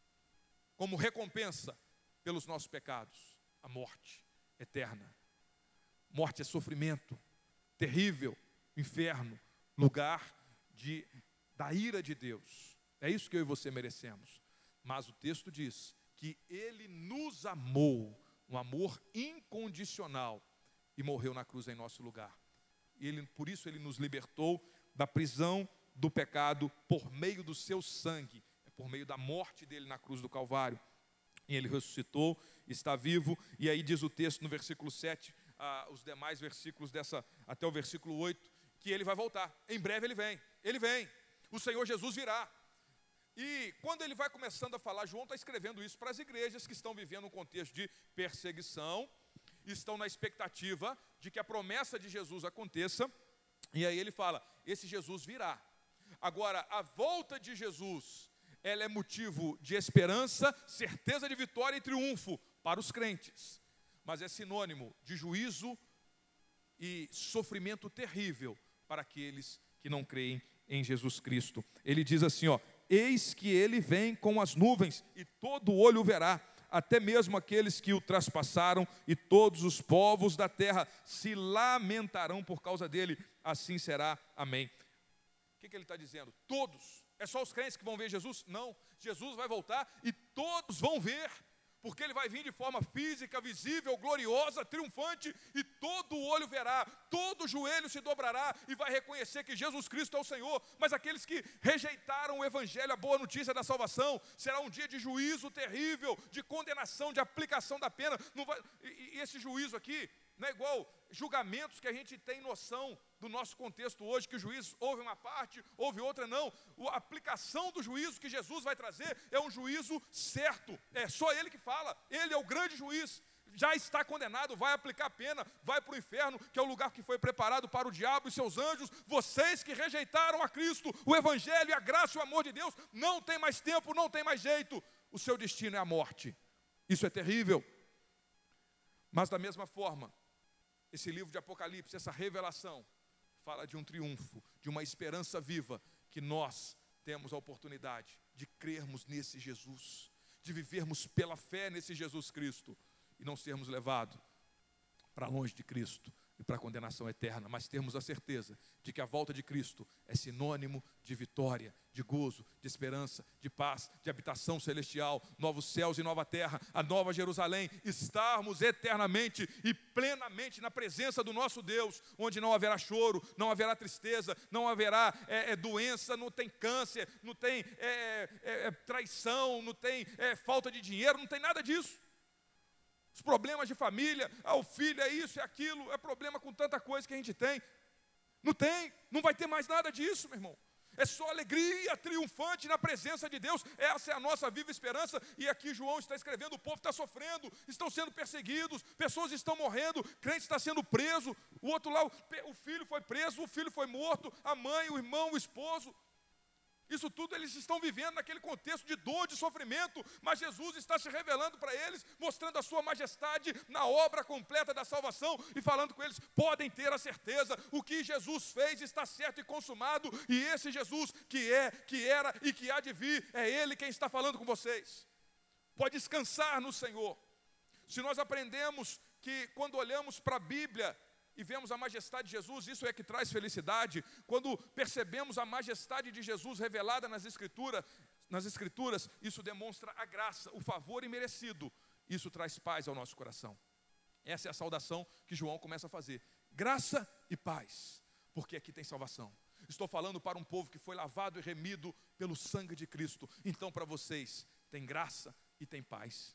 como recompensa pelos nossos pecados? A morte eterna. Morte é sofrimento terrível, inferno, lugar de, da ira de Deus. É isso que eu e você merecemos. Mas o texto diz que ele nos amou, um amor incondicional, e morreu na cruz em nosso lugar. e ele, por isso ele nos libertou da prisão do pecado por meio do seu sangue, por meio da morte dele na cruz do Calvário. E ele ressuscitou, está vivo, e aí diz o texto no versículo sete, ah, os demais versículos dessa, até o versículo oito, que ele vai voltar. Em breve ele vem, ele vem, o Senhor Jesus virá. E quando ele vai começando a falar, João está escrevendo isso para as igrejas que estão vivendo um contexto de perseguição, estão na expectativa de que a promessa de Jesus aconteça, e aí ele fala, esse Jesus virá. Agora, a volta de Jesus, ela é motivo de esperança, certeza de vitória e triunfo para os crentes, mas é sinônimo de juízo e sofrimento terrível para aqueles que não creem em Jesus Cristo. Ele diz assim, ó, eis que ele vem com as nuvens e todo olho o verá, até mesmo aqueles que o traspassaram, e todos os povos da terra se lamentarão por causa dele, assim será, amém. O que, que ele está dizendo? Todos, é só os crentes que vão ver Jesus? Não, Jesus vai voltar e todos vão ver, porque ele vai vir de forma física, visível, gloriosa, triunfante, e todo olho verá, todo joelho se dobrará e vai reconhecer que Jesus Cristo é o Senhor. Mas aqueles que rejeitaram o evangelho, a boa notícia da salvação, será um dia de juízo terrível, de condenação, de aplicação da pena. Não vai, e, e esse juízo aqui não é igual julgamentos que a gente tem noção do nosso contexto hoje, que o juiz houve uma parte, houve outra, não. A aplicação do juízo que Jesus vai trazer é um juízo certo, é só ele que fala, ele é o grande juiz, já está condenado, vai aplicar a pena, vai para o inferno, que é o lugar que foi preparado para o diabo e seus anjos. Vocês que rejeitaram a Cristo, o evangelho, a graça e o amor de Deus, não tem mais tempo, não tem mais jeito, o seu destino é a morte. Isso é terrível. Mas da mesma forma, esse livro de Apocalipse, essa revelação, fala de um triunfo, de uma esperança viva, que nós temos a oportunidade de crermos nesse Jesus, de vivermos pela fé nesse Jesus Cristo, e não sermos levados para longe de Cristo e para a condenação eterna, mas termos a certeza de que a volta de Cristo é sinônimo de vitória, de gozo, de esperança, de paz, de habitação celestial, novos céus e nova terra, a nova Jerusalém, estarmos eternamente e plenamente na presença do nosso Deus, onde não haverá choro, não haverá tristeza, não haverá é, é, doença, não tem câncer, não tem é, é, traição, não tem é, falta de dinheiro, não tem nada disso. Os problemas de família, ah, o filho é isso, é aquilo, é problema com tanta coisa que a gente tem. Não tem, não vai ter mais nada disso, meu irmão. É só alegria triunfante na presença de Deus. Essa é a nossa viva esperança. E aqui João está escrevendo, o povo está sofrendo, estão sendo perseguidos, pessoas estão morrendo, crente está sendo preso, o outro lá, o filho foi preso, o filho foi morto, a mãe, o irmão, o esposo. Isso tudo eles estão vivendo naquele contexto de dor, de sofrimento, mas Jesus está se revelando para eles, mostrando a sua majestade na obra completa da salvação e falando com eles, podem ter a certeza, o que Jesus fez está certo e consumado, e esse Jesus que é, que era e que há de vir, é Ele quem está falando com vocês. Pode descansar no Senhor. Se nós aprendemos que quando olhamos para a Bíblia e vemos a majestade de Jesus, isso é que traz felicidade. Quando percebemos a majestade de Jesus revelada nas escrituras, nas escrituras, isso demonstra a graça, o favor imerecido. Isso traz paz ao nosso coração. Essa é a saudação que João começa a fazer. Graça e paz, porque aqui tem salvação. Estou falando para um povo que foi lavado e remido pelo sangue de Cristo. Então para vocês tem graça e tem paz.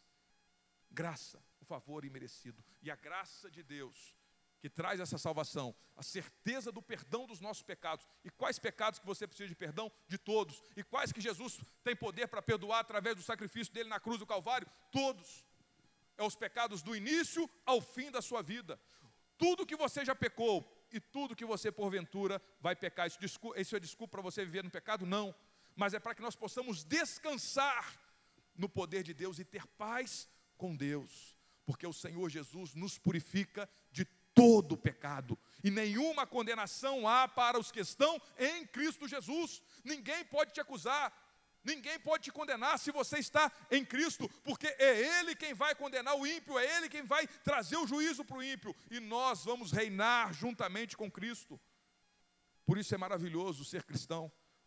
Graça, o favor imerecido. E a graça de Deus que traz essa salvação, a certeza do perdão dos nossos pecados. E quais pecados que você precisa de perdão? De todos. E quais que Jesus tem poder para perdoar através do sacrifício dele na cruz do Calvário? Todos. É os pecados do início ao fim da sua vida. Tudo que você já pecou e tudo que você porventura vai pecar. Isso, isso é desculpa para você viver no pecado? Não. Mas é para que nós possamos descansar no poder de Deus e ter paz com Deus. Porque o Senhor Jesus nos purifica de todo pecado, e nenhuma condenação há para os que estão em Cristo Jesus. Ninguém pode te acusar, ninguém pode te condenar se você está em Cristo, porque é Ele quem vai condenar o ímpio, é Ele quem vai trazer o juízo para o ímpio, e nós vamos reinar juntamente com Cristo. Por isso é maravilhoso ser cristão.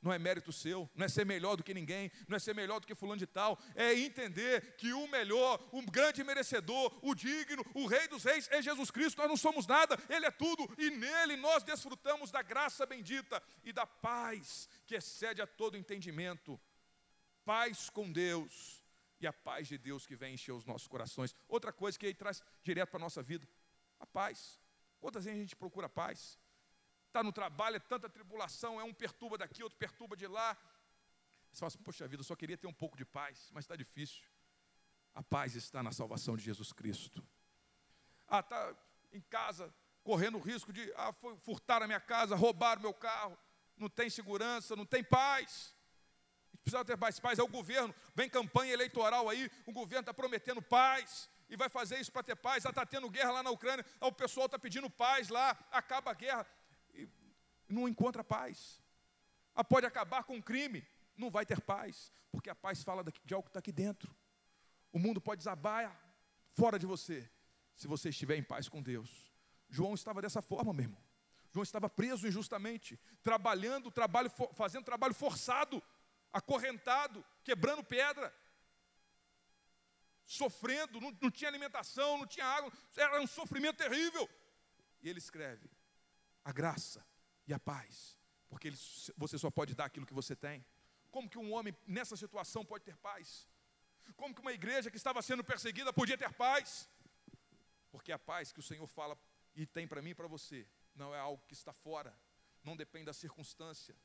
não é mérito seu, não é ser melhor do que ninguém, não é ser melhor do que fulano de tal, é entender que o melhor, o grande merecedor, o digno, o Rei dos Reis é Jesus Cristo. Nós não somos nada, Ele é tudo, e nele nós desfrutamos da graça bendita e da paz que excede a todo entendimento. Paz com Deus e a paz de Deus que vem encher os nossos corações. Outra coisa que Ele traz direto para a nossa vida, a paz. Quantas vezes a gente procura paz? Está no trabalho, é tanta tribulação, é um perturba daqui, outro perturba de lá. Você fala assim, poxa vida, eu só queria ter um pouco de paz, mas está difícil. A paz está na salvação de Jesus Cristo. Ah, está em casa, correndo o risco de ah, foi, furtar a minha casa, roubar o meu carro, não tem segurança, não tem paz. A gente precisa ter paz. Paz é o governo, vem campanha eleitoral aí, o governo está prometendo paz, e vai fazer isso para ter paz. Ah, está tendo guerra lá na Ucrânia, ah, o pessoal está pedindo paz lá, acaba a guerra. Não encontra paz. Ah, pode acabar com o crime, não vai ter paz, porque a paz fala de algo que está aqui dentro. O mundo pode desabar fora de você, se você estiver em paz com Deus. João estava dessa forma, meu irmão. João estava preso injustamente, trabalhando, trabalho, fazendo trabalho forçado, acorrentado, quebrando pedra, sofrendo, não, não tinha alimentação, não tinha água, era um sofrimento terrível. E ele escreve, a graça e a paz, porque ele, você só pode dar aquilo que você tem. Como que um homem nessa situação pode ter paz? Como que uma igreja que estava sendo perseguida podia ter paz? Porque a paz que o Senhor fala e tem para mim e para você, não é algo que está fora, não depende das circunstâncias.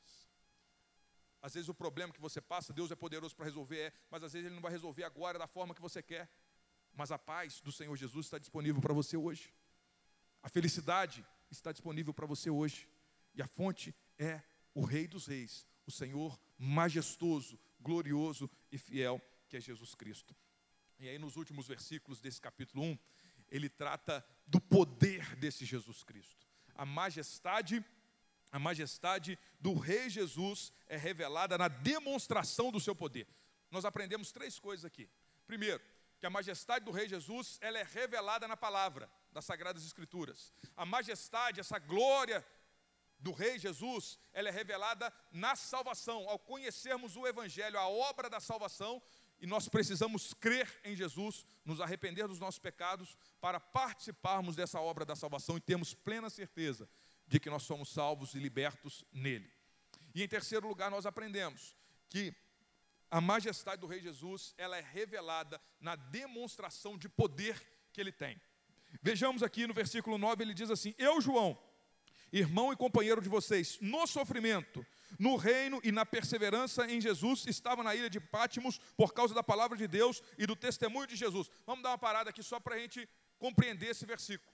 Às vezes o problema que você passa, Deus é poderoso para resolver, é, mas às vezes Ele não vai resolver agora da forma que você quer. Mas a paz do Senhor Jesus está disponível para você hoje. A felicidade está disponível para você hoje. E a fonte é o Rei dos Reis, o Senhor majestoso, glorioso e fiel, que é Jesus Cristo. E aí nos últimos versículos desse capítulo um, ele trata do poder desse Jesus Cristo. A majestade, a majestade do Rei Jesus é revelada na demonstração do seu poder. Nós aprendemos três coisas aqui. Primeiro, que a majestade do Rei Jesus, ela é revelada na palavra das Sagradas Escrituras. A majestade, essa glória do Rei Jesus, ela é revelada na salvação. Ao conhecermos o Evangelho, a obra da salvação, e nós precisamos crer em Jesus, nos arrepender dos nossos pecados, para participarmos dessa obra da salvação e termos plena certeza de que nós somos salvos e libertos nele. E em terceiro lugar, nós aprendemos que a majestade do Rei Jesus, ela é revelada na demonstração de poder que ele tem. Vejamos aqui no versículo nove, ele diz assim, eu, João, irmão e companheiro de vocês, no sofrimento, no reino e na perseverança em Jesus, estava na ilha de Pátimos por causa da palavra de Deus e do testemunho de Jesus. Vamos dar uma parada aqui só para a gente compreender esse versículo.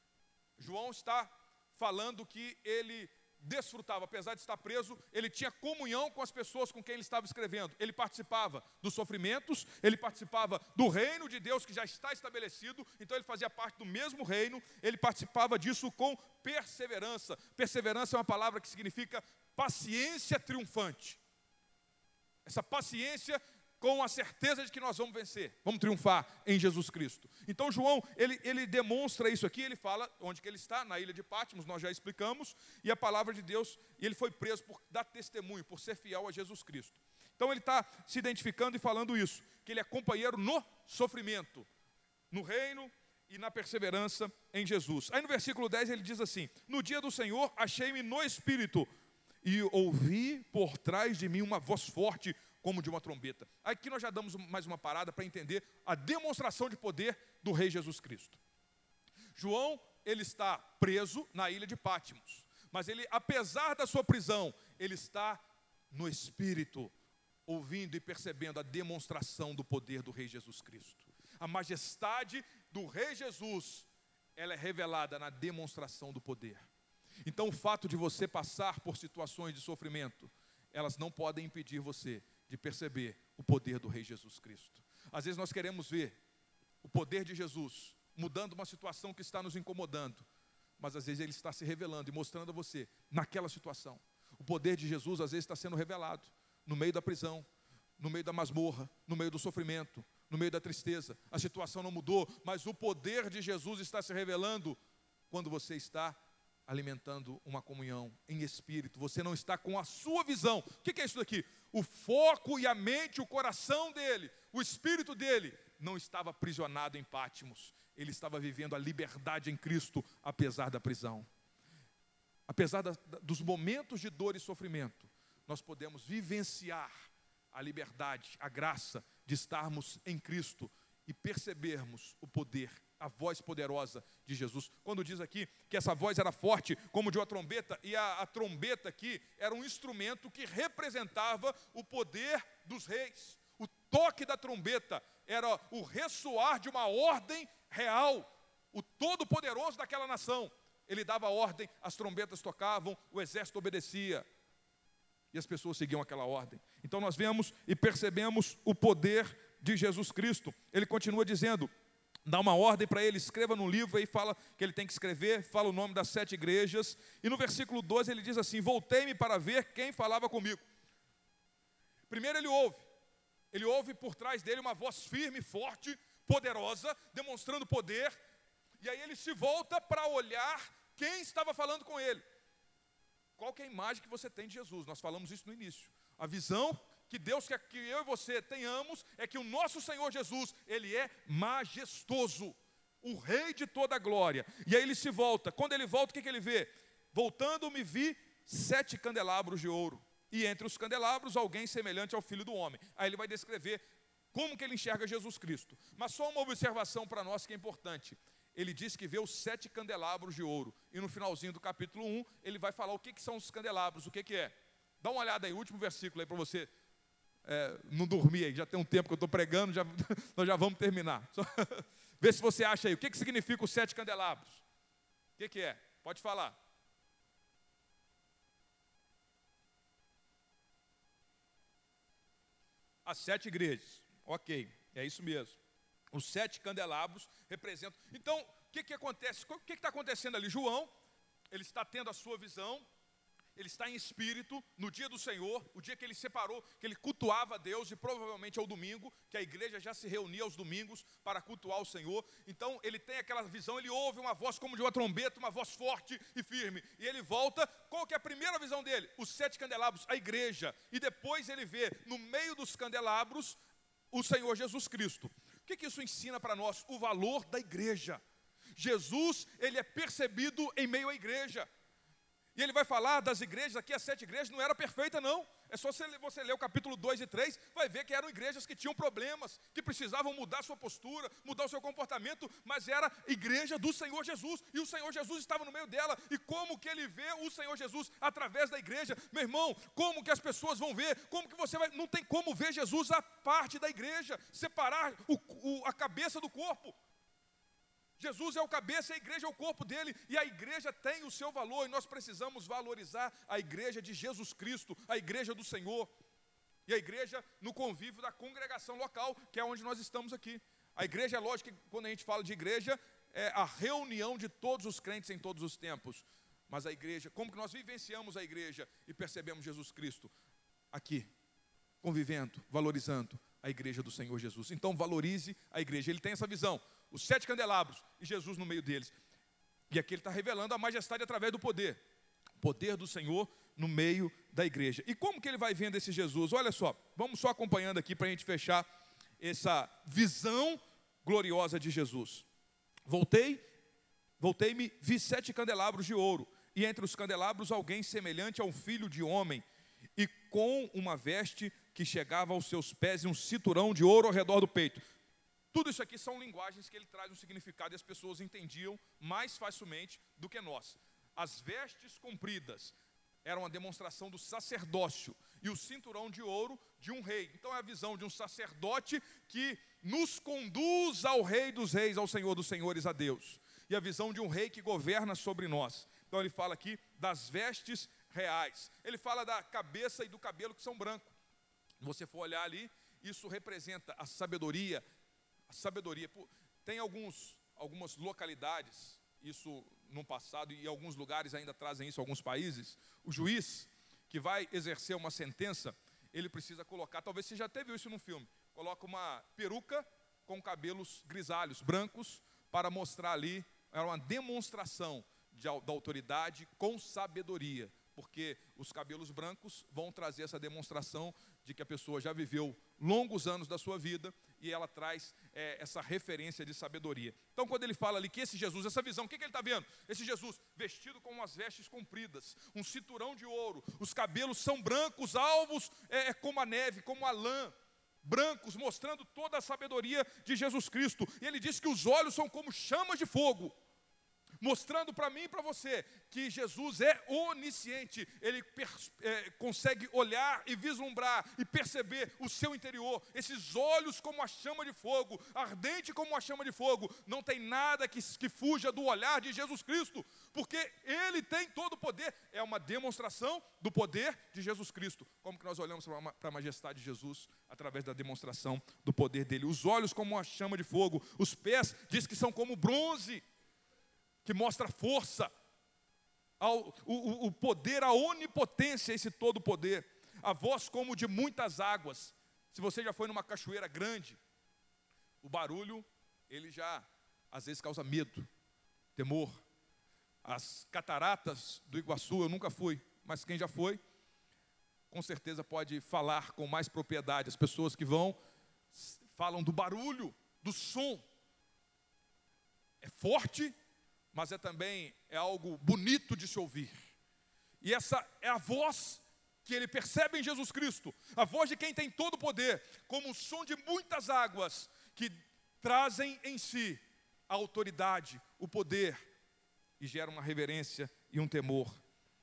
João está falando que ele desfrutava, apesar de estar preso, ele tinha comunhão com as pessoas com quem ele estava escrevendo. Ele participava dos sofrimentos, ele participava do reino de Deus que já está estabelecido, então ele fazia parte do mesmo reino, ele participava disso com perseverança. Perseverança é uma palavra que significa paciência triunfante. Essa paciência com a certeza de que nós vamos vencer, vamos triunfar em Jesus Cristo. Então João, ele, ele demonstra isso aqui, ele fala onde que ele está, na ilha de Pátimos, nós já explicamos, e a palavra de Deus, e ele foi preso por dar testemunho, por ser fiel a Jesus Cristo. Então ele está se identificando e falando isso, que ele é companheiro no sofrimento, no reino e na perseverança em Jesus. Aí no versículo dez ele diz assim, no dia do Senhor achei-me no Espírito, e ouvi por trás de mim uma voz forte, como de uma trombeta. Aqui nós já damos mais uma parada para entender a demonstração de poder do Rei Jesus Cristo. João, ele está preso na ilha de Pátimos, mas ele, apesar da sua prisão, ele está no Espírito, ouvindo e percebendo a demonstração do poder do Rei Jesus Cristo. A majestade do Rei Jesus, ela é revelada na demonstração do poder. Então o fato de você passar por situações de sofrimento, elas não podem impedir você de perceber o poder do Rei Jesus Cristo. Às vezes nós queremos ver o poder de Jesus mudando uma situação que está nos incomodando, mas às vezes Ele está se revelando e mostrando a você, naquela situação. O poder de Jesus às vezes está sendo revelado, no meio da prisão, no meio da masmorra, no meio do sofrimento, no meio da tristeza. A situação não mudou, mas o poder de Jesus está se revelando quando você está alimentando uma comunhão em espírito. Você não está com a sua visão. O que é isso daqui? O foco e a mente, o coração dele, o espírito dele, não estava aprisionado em Pátimos. Ele estava vivendo a liberdade em Cristo, apesar da prisão. Apesar da, dos momentos de dor e sofrimento, nós podemos vivenciar a liberdade, a graça de estarmos em Cristo e percebermos o poder, a voz poderosa de Jesus. Quando diz aqui que essa voz era forte como de uma trombeta, e a, a trombeta aqui era um instrumento que representava o poder dos reis. O toque da trombeta era o ressoar de uma ordem real, o todo-poderoso daquela nação. Ele dava ordem, as trombetas tocavam, o exército obedecia. E as pessoas seguiam aquela ordem. Então nós vemos e percebemos o poder de Jesus Cristo. Ele continua dizendo, dá uma ordem para ele, escreva num livro, aí fala que ele tem que escrever, fala o nome das sete igrejas. E no versículo doze ele diz assim, voltei-me para ver quem falava comigo. Primeiro ele ouve. Ele ouve por trás dele uma voz firme, forte, poderosa, demonstrando poder. E aí ele se volta para olhar quem estava falando com ele. Qual que é a imagem que você tem de Jesus? Nós falamos isso no início. A visão que Deus quer que eu e você tenhamos é que o nosso Senhor Jesus, Ele é majestoso, o Rei de toda a glória. E aí ele se volta. Quando ele volta, o que, que ele vê? Voltando, me vi sete candelabros de ouro. E entre os candelabros, alguém semelhante ao Filho do Homem. Aí ele vai descrever como que ele enxerga Jesus Cristo. Mas só uma observação para nós que é importante. Ele diz que vê os sete candelabros de ouro. E no finalzinho do capítulo um, ele vai falar o que, que são os candelabros, o que, que é. Dá uma olhada aí, o último versículo aí para você é, não dormir aí. Já tem um tempo que eu estou pregando, já, nós já vamos terminar. Só, vê se você acha aí, o que, que significa os sete candelabros. O que, que é? Pode falar. As sete igrejas. Ok, é isso mesmo. Os sete candelabros representam. Então, o que, que acontece? O que está acontecendo ali? João, ele está tendo a sua visão, ele está em espírito no dia do Senhor, o dia que ele separou, que ele cultuava a Deus, e provavelmente é o domingo, que a igreja já se reunia aos domingos para cultuar o Senhor. Então, ele tem aquela visão, ele ouve uma voz como de uma trombeta, uma voz forte e firme. E ele volta, qual que é a primeira visão dele? Os sete candelabros, a igreja. E depois ele vê, no meio dos candelabros, o Senhor Jesus Cristo. O que, que isso ensina para nós? O valor da igreja. Jesus, ele é percebido em meio à igreja. E ele vai falar das igrejas, aqui as sete igrejas não era perfeita não. É só você, você ler o capítulo dois e três, vai ver que eram igrejas que tinham problemas, que precisavam mudar sua postura, mudar o seu comportamento, mas era igreja do Senhor Jesus, e o Senhor Jesus estava no meio dela. E como que ele vê o Senhor Jesus através da igreja? Meu irmão, como que as pessoas vão ver? Como que você vai, não tem como ver Jesus a parte da igreja, separar o, o, a cabeça do corpo. Jesus é o cabeça, a igreja é o corpo dele, e a igreja tem o seu valor, e nós precisamos valorizar a igreja de Jesus Cristo, a igreja do Senhor, e a igreja no convívio da congregação local, que é onde nós estamos aqui. A igreja, é lógico que quando a gente fala de igreja, é a reunião de todos os crentes em todos os tempos, mas a igreja, como que nós vivenciamos a igreja e percebemos Jesus Cristo? Aqui, convivendo, valorizando a igreja do Senhor Jesus. Então valorize a igreja, ele tem essa visão. Os sete candelabros e Jesus no meio deles. E aqui ele está revelando a majestade através do poder. O poder do Senhor no meio da igreja. E como que ele vai vendo esse Jesus? Olha só, vamos só acompanhando aqui para a gente fechar essa visão gloriosa de Jesus. Voltei, voltei-me, vi sete candelabros de ouro. E entre os candelabros alguém semelhante ao filho de homem. E com uma veste que chegava aos seus pés e um cinturão de ouro ao redor do peito. Tudo isso aqui são linguagens que ele traz um significado e as pessoas entendiam mais facilmente do que nós. As vestes compridas eram uma demonstração do sacerdócio e o cinturão de ouro de um rei. Então é a visão de um sacerdote que nos conduz ao Rei dos Reis, ao Senhor dos Senhores, a Deus. E a visão de um rei que governa sobre nós. Então ele fala aqui das vestes reais. Ele fala da cabeça e do cabelo que são brancos. Se você for olhar ali, isso representa a sabedoria. A sabedoria, tem alguns, algumas localidades, isso no passado, e alguns lugares ainda trazem isso, alguns países, o juiz que vai exercer uma sentença, ele precisa colocar, talvez você já até viu isso no filme, coloca uma peruca com cabelos grisalhos, brancos, para mostrar ali, era uma demonstração de, da autoridade com sabedoria, porque os cabelos brancos vão trazer essa demonstração de que a pessoa já viveu longos anos da sua vida e ela traz é, essa referência de sabedoria. Então, quando ele fala ali que esse Jesus, essa visão, o que, que ele está vendo? Esse Jesus vestido com umas vestes compridas, um cinturão de ouro, os cabelos são brancos, alvos é, é como a neve, como a lã, brancos, mostrando toda a sabedoria de Jesus Cristo. E ele diz que os olhos são como chamas de fogo, mostrando para mim e para você que Jesus é onisciente. Ele é, consegue olhar e vislumbrar e perceber o seu interior. Esses olhos como a chama de fogo, ardente como a chama de fogo. Não tem nada que, que fuja do olhar de Jesus Cristo, porque Ele tem todo o poder. É uma demonstração do poder de Jesus Cristo. Como que nós olhamos para a majestade de Jesus? Através da demonstração do poder dEle. Os olhos como a chama de fogo, os pés diz que são como bronze, que mostra força, ao, o, o poder, a onipotência, esse todo poder. A voz como de muitas águas. Se você já foi numa cachoeira grande, o barulho, ele já, às vezes, causa medo, temor. As cataratas do Iguaçu, eu nunca fui, mas quem já foi, com certeza pode falar com mais propriedade. As pessoas que vão, falam do barulho, do som. É forte, mas é também é algo bonito de se ouvir. E essa é a voz que ele percebe em Jesus Cristo, a voz de quem tem todo o poder, como o som de muitas águas, que trazem em si a autoridade, o poder, e gera uma reverência e um temor.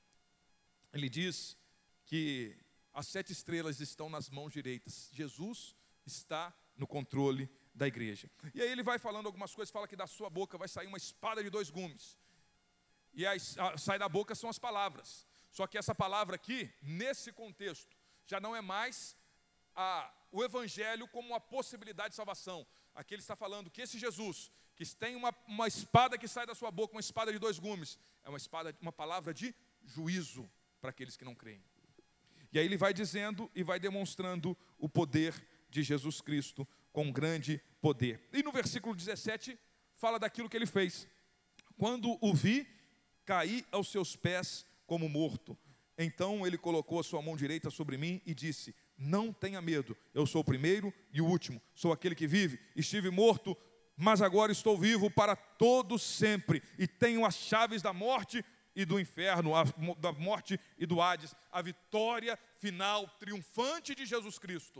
Ele diz que as sete estrelas estão nas mãos direitas. Jesus está no controle da igreja. E aí ele vai falando algumas coisas, fala que da sua boca vai sair uma espada de dois gumes. E a, a, sai da boca são as palavras. Só que essa palavra aqui, nesse contexto, já não é mais a, o evangelho como uma possibilidade de salvação. Aqui ele está falando que esse Jesus, que tem uma, uma espada que sai da sua boca, uma espada de dois gumes, é uma espada, uma palavra de juízo para aqueles que não creem. E aí ele vai dizendo e vai demonstrando o poder de Jesus Cristo com grande poder. E no versículo dezessete, fala daquilo que ele fez. Quando o vi, caí aos seus pés como morto. Então ele colocou a sua mão direita sobre mim e disse: não tenha medo, eu sou o primeiro e o último, sou aquele que vive. Estive morto, mas agora estou vivo para todo sempre, e tenho as chaves da morte e do inferno, a, da morte e do Hades, a vitória final, triunfante de Jesus Cristo.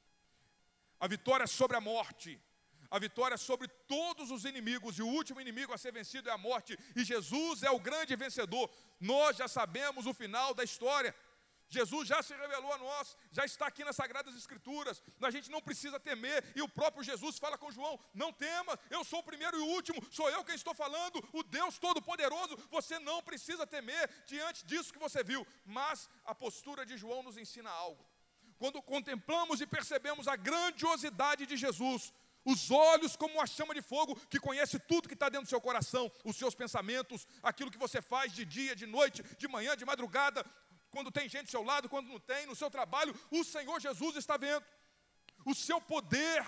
A vitória sobre a morte, a vitória sobre todos os inimigos, e o último inimigo a ser vencido é a morte, e Jesus é o grande vencedor. Nós já sabemos o final da história, Jesus já se revelou a nós, já está aqui nas Sagradas Escrituras, a gente não precisa temer, e o próprio Jesus fala com João: não temas, eu sou o primeiro e o último, sou eu quem estou falando, o Deus Todo-Poderoso, você não precisa temer diante disso que você viu. Mas a postura de João nos ensina algo. Quando contemplamos e percebemos a grandiosidade de Jesus, os olhos como uma chama de fogo, que conhece tudo que está dentro do seu coração, os seus pensamentos, aquilo que você faz de dia, de noite, de manhã, de madrugada, quando tem gente ao seu lado, quando não tem, no seu trabalho, o Senhor Jesus está vendo, o seu poder.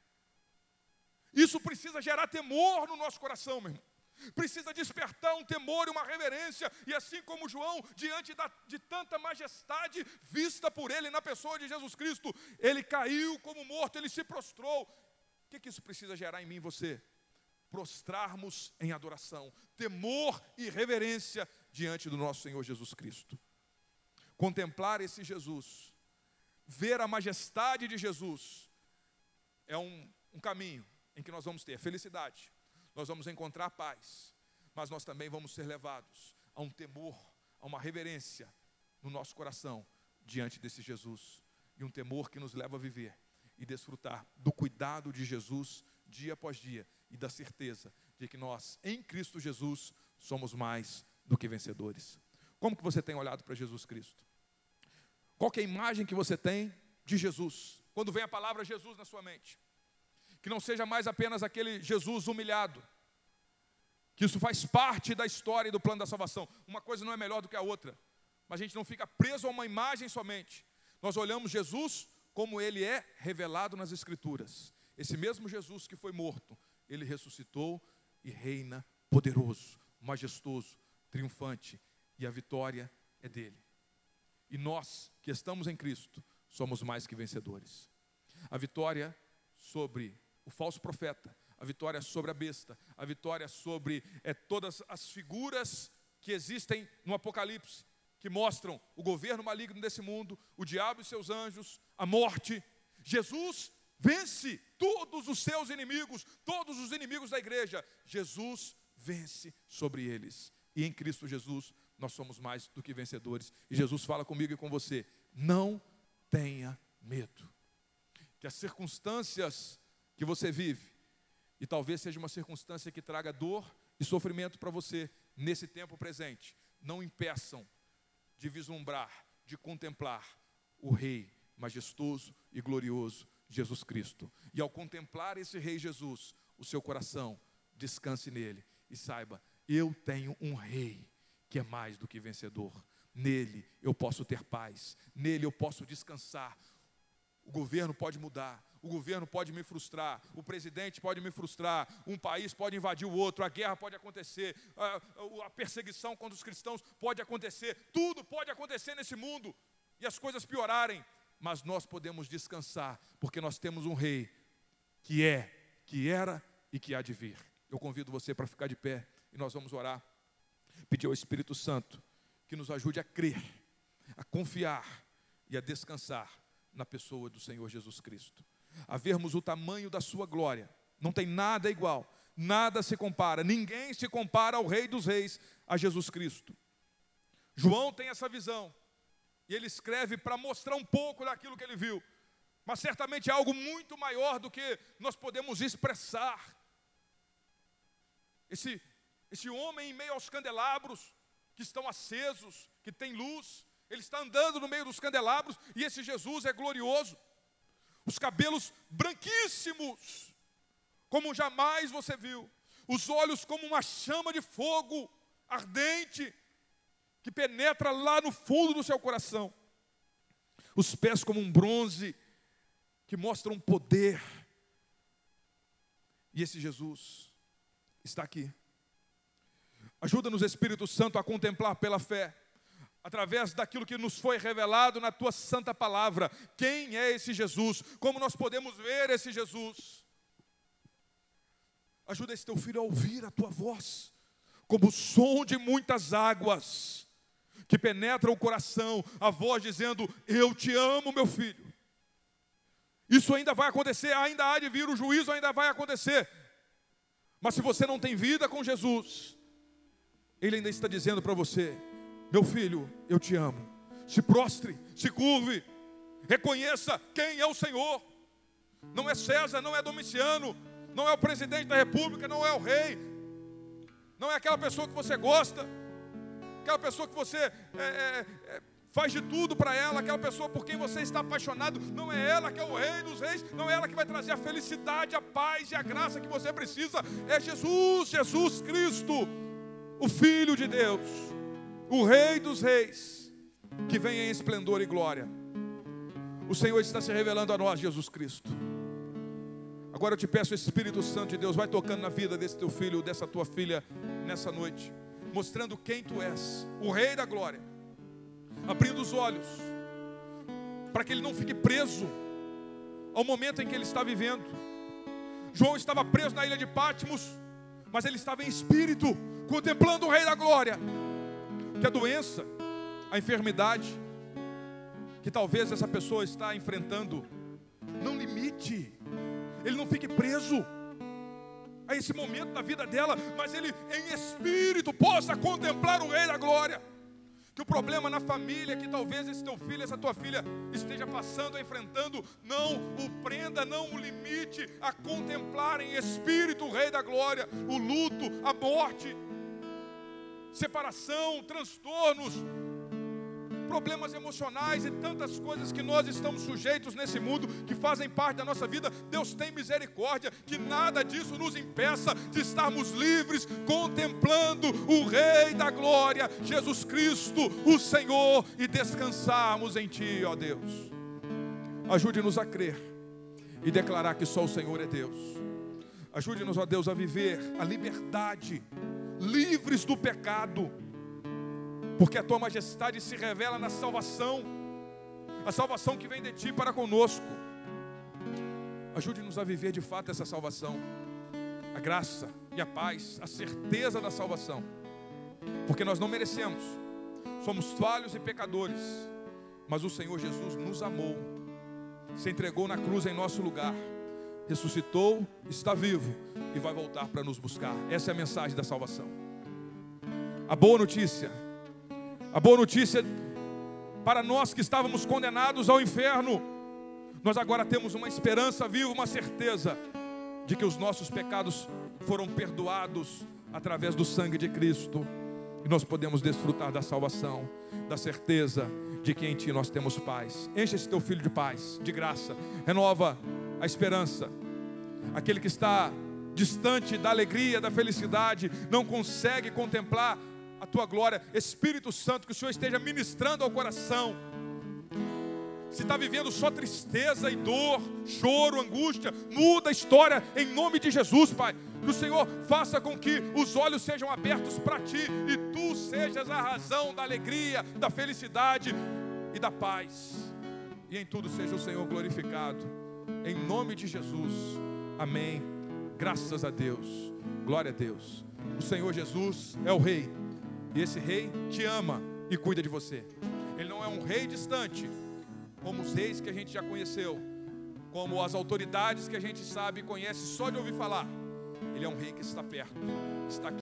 Isso precisa gerar temor no nosso coração, meu irmão. Precisa despertar um temor e uma reverência, e assim como João, diante da, de tanta majestade vista por ele na pessoa de Jesus Cristo, ele caiu como morto, ele se prostrou. O que, que isso precisa gerar em mim e você? Prostrarmos em adoração, temor e reverência diante do nosso Senhor Jesus Cristo. Contemplar esse Jesus, ver a majestade de Jesus, é um, um caminho em que nós vamos ter felicidade, nós vamos encontrar paz, mas nós também vamos ser levados a um temor, a uma reverência no nosso coração diante desse Jesus, e um temor que nos leva a viver e desfrutar do cuidado de Jesus dia após dia, e da certeza de que nós, em Cristo Jesus, somos mais do que vencedores. Como que você tem olhado para Jesus Cristo? Qual que é a imagem que você tem de Jesus? Quando vem a palavra Jesus na sua mente, que não seja mais apenas aquele Jesus humilhado, que isso faz parte da história e do plano da salvação. Uma coisa não é melhor do que a outra, mas a gente não fica preso a uma imagem somente. Nós olhamos Jesus como ele é revelado nas Escrituras. Esse mesmo Jesus que foi morto, ele ressuscitou e reina poderoso, majestoso, triunfante, e a vitória é dele. E nós que estamos em Cristo, somos mais que vencedores. A vitória sobre o falso profeta, a vitória sobre a besta, a vitória sobre é, todas as figuras que existem no Apocalipse, que mostram o governo maligno desse mundo, o diabo e seus anjos, a morte. Jesus vence todos os seus inimigos, todos os inimigos da igreja. Jesus vence sobre eles. E em Cristo Jesus, nós somos mais do que vencedores. E Jesus fala comigo e com você: não tenha medo. Que as circunstâncias que você vive, e talvez seja uma circunstância que traga dor e sofrimento para você nesse tempo presente, não impeçam de vislumbrar, de contemplar o Rei majestoso e glorioso, Jesus Cristo. E ao contemplar esse Rei Jesus, o seu coração descanse nele e saiba: eu tenho um Rei que é mais do que vencedor. Nele eu posso ter paz, nele eu posso descansar. O governo pode mudar, o governo pode me frustrar, o presidente pode me frustrar, um país pode invadir o outro, a guerra pode acontecer, a, a perseguição contra os cristãos pode acontecer, tudo pode acontecer nesse mundo e as coisas piorarem, mas nós podemos descansar, porque nós temos um Rei que é, que era e que há de vir. Eu convido você para ficar de pé e nós vamos orar, pedir ao Espírito Santo que nos ajude a crer, a confiar e a descansar na pessoa do Senhor Jesus Cristo, a vermos o tamanho da sua glória. Não tem nada igual, nada se compara, ninguém se compara ao Rei dos Reis, a Jesus Cristo. João tem essa visão, e ele escreve para mostrar um pouco daquilo que ele viu, mas certamente é algo muito maior do que nós podemos expressar. Esse, esse homem em meio aos candelabros, que estão acesos, que tem luz, ele está andando no meio dos candelabros, e esse Jesus é glorioso, os cabelos branquíssimos, como jamais você viu, os olhos como uma chama de fogo ardente, que penetra lá no fundo do seu coração, os pés como um bronze, que mostram poder, e esse Jesus está aqui. Ajuda-nos, Espírito Santo, a contemplar pela fé, através daquilo que nos foi revelado na Tua santa palavra, quem é esse Jesus, como nós podemos ver esse Jesus. Ajuda esse Teu filho a ouvir a Tua voz, como o som de muitas águas, que penetra o coração, a voz dizendo: eu te amo, meu filho. Isso ainda vai acontecer, ainda há de vir, o juízo ainda vai acontecer, mas se você não tem vida com Jesus, Ele ainda está dizendo para você: meu filho, eu te amo. Se prostre, se curve, reconheça quem é o Senhor. Não é César, não é Domiciano, não é o presidente da república, não é o rei, não é aquela pessoa que você gosta, aquela pessoa que você é, é, é, faz de tudo para ela, aquela pessoa por quem você está apaixonado. Não é ela que é o Rei dos Reis, não é ela que vai trazer a felicidade, a paz e a graça que você precisa. É Jesus, Jesus Cristo, o Filho de Deus, o Rei dos Reis, que vem em esplendor e glória. O Senhor está se revelando a nós, Jesus Cristo. Agora eu te peço, Espírito Santo de Deus, vai tocando na vida desse teu filho, dessa tua filha, nessa noite, mostrando quem tu és, o Rei da glória, abrindo os olhos, para que ele não fique preso ao momento em que ele está vivendo. João estava preso na ilha de Patmos, mas ele estava em espírito, contemplando o Rei da glória. Que a doença, a enfermidade que talvez essa pessoa está enfrentando, não limite, ele não fique preso a esse momento da vida dela, mas ele em espírito possa contemplar o Rei da glória. Que o problema na família que talvez esse teu filho, essa tua filha esteja passando, enfrentando, não o prenda, não o limite a contemplar em espírito o Rei da glória, o luto, a morte, separação, transtornos, problemas emocionais e tantas coisas que nós estamos sujeitos nesse mundo, que fazem parte da nossa vida. Deus tem misericórdia, que nada disso nos impeça de estarmos livres, contemplando o Rei da glória, Jesus Cristo, o Senhor, e descansarmos em Ti, ó Deus. Ajude-nos a crer e declarar que só o Senhor é Deus. Ajude-nos, ó Deus, a viver a liberdade, livres do pecado, porque a tua majestade se revela na salvação, a salvação que vem de ti para conosco. Ajude-nos a viver de fato essa salvação, a graça e a paz, a certeza da salvação, porque nós não merecemos, somos falhos e pecadores, mas o Senhor Jesus nos amou, se entregou na cruz em nosso lugar, ressuscitou, está vivo e vai voltar para nos buscar. Essa é a mensagem da salvação. A boa notícia, a boa notícia para nós que estávamos condenados ao inferno, nós agora temos uma esperança viva, uma certeza de que os nossos pecados foram perdoados através do sangue de Cristo, e nós podemos desfrutar da salvação, da certeza de que em Ti nós temos paz. Enche esse teu filho de paz, de graça, renova a esperança. Aquele que está distante da alegria, da felicidade, não consegue contemplar a Tua glória. Espírito Santo, que o Senhor esteja ministrando ao coração. Se está vivendo só tristeza e dor, choro, angústia, muda a história em nome de Jesus, Pai. Que o Senhor faça com que os olhos sejam abertos para Ti e Tu sejas a razão da alegria, da felicidade e da paz. E em tudo seja o Senhor glorificado. Em nome de Jesus. Amém. Graças a Deus. Glória a Deus. O Senhor Jesus é o Rei. E esse Rei te ama e cuida de você. Ele não é um rei distante, como os reis que a gente já conheceu, como as autoridades que a gente sabe e conhece só de ouvir falar. Ele é um rei que está perto, está aqui.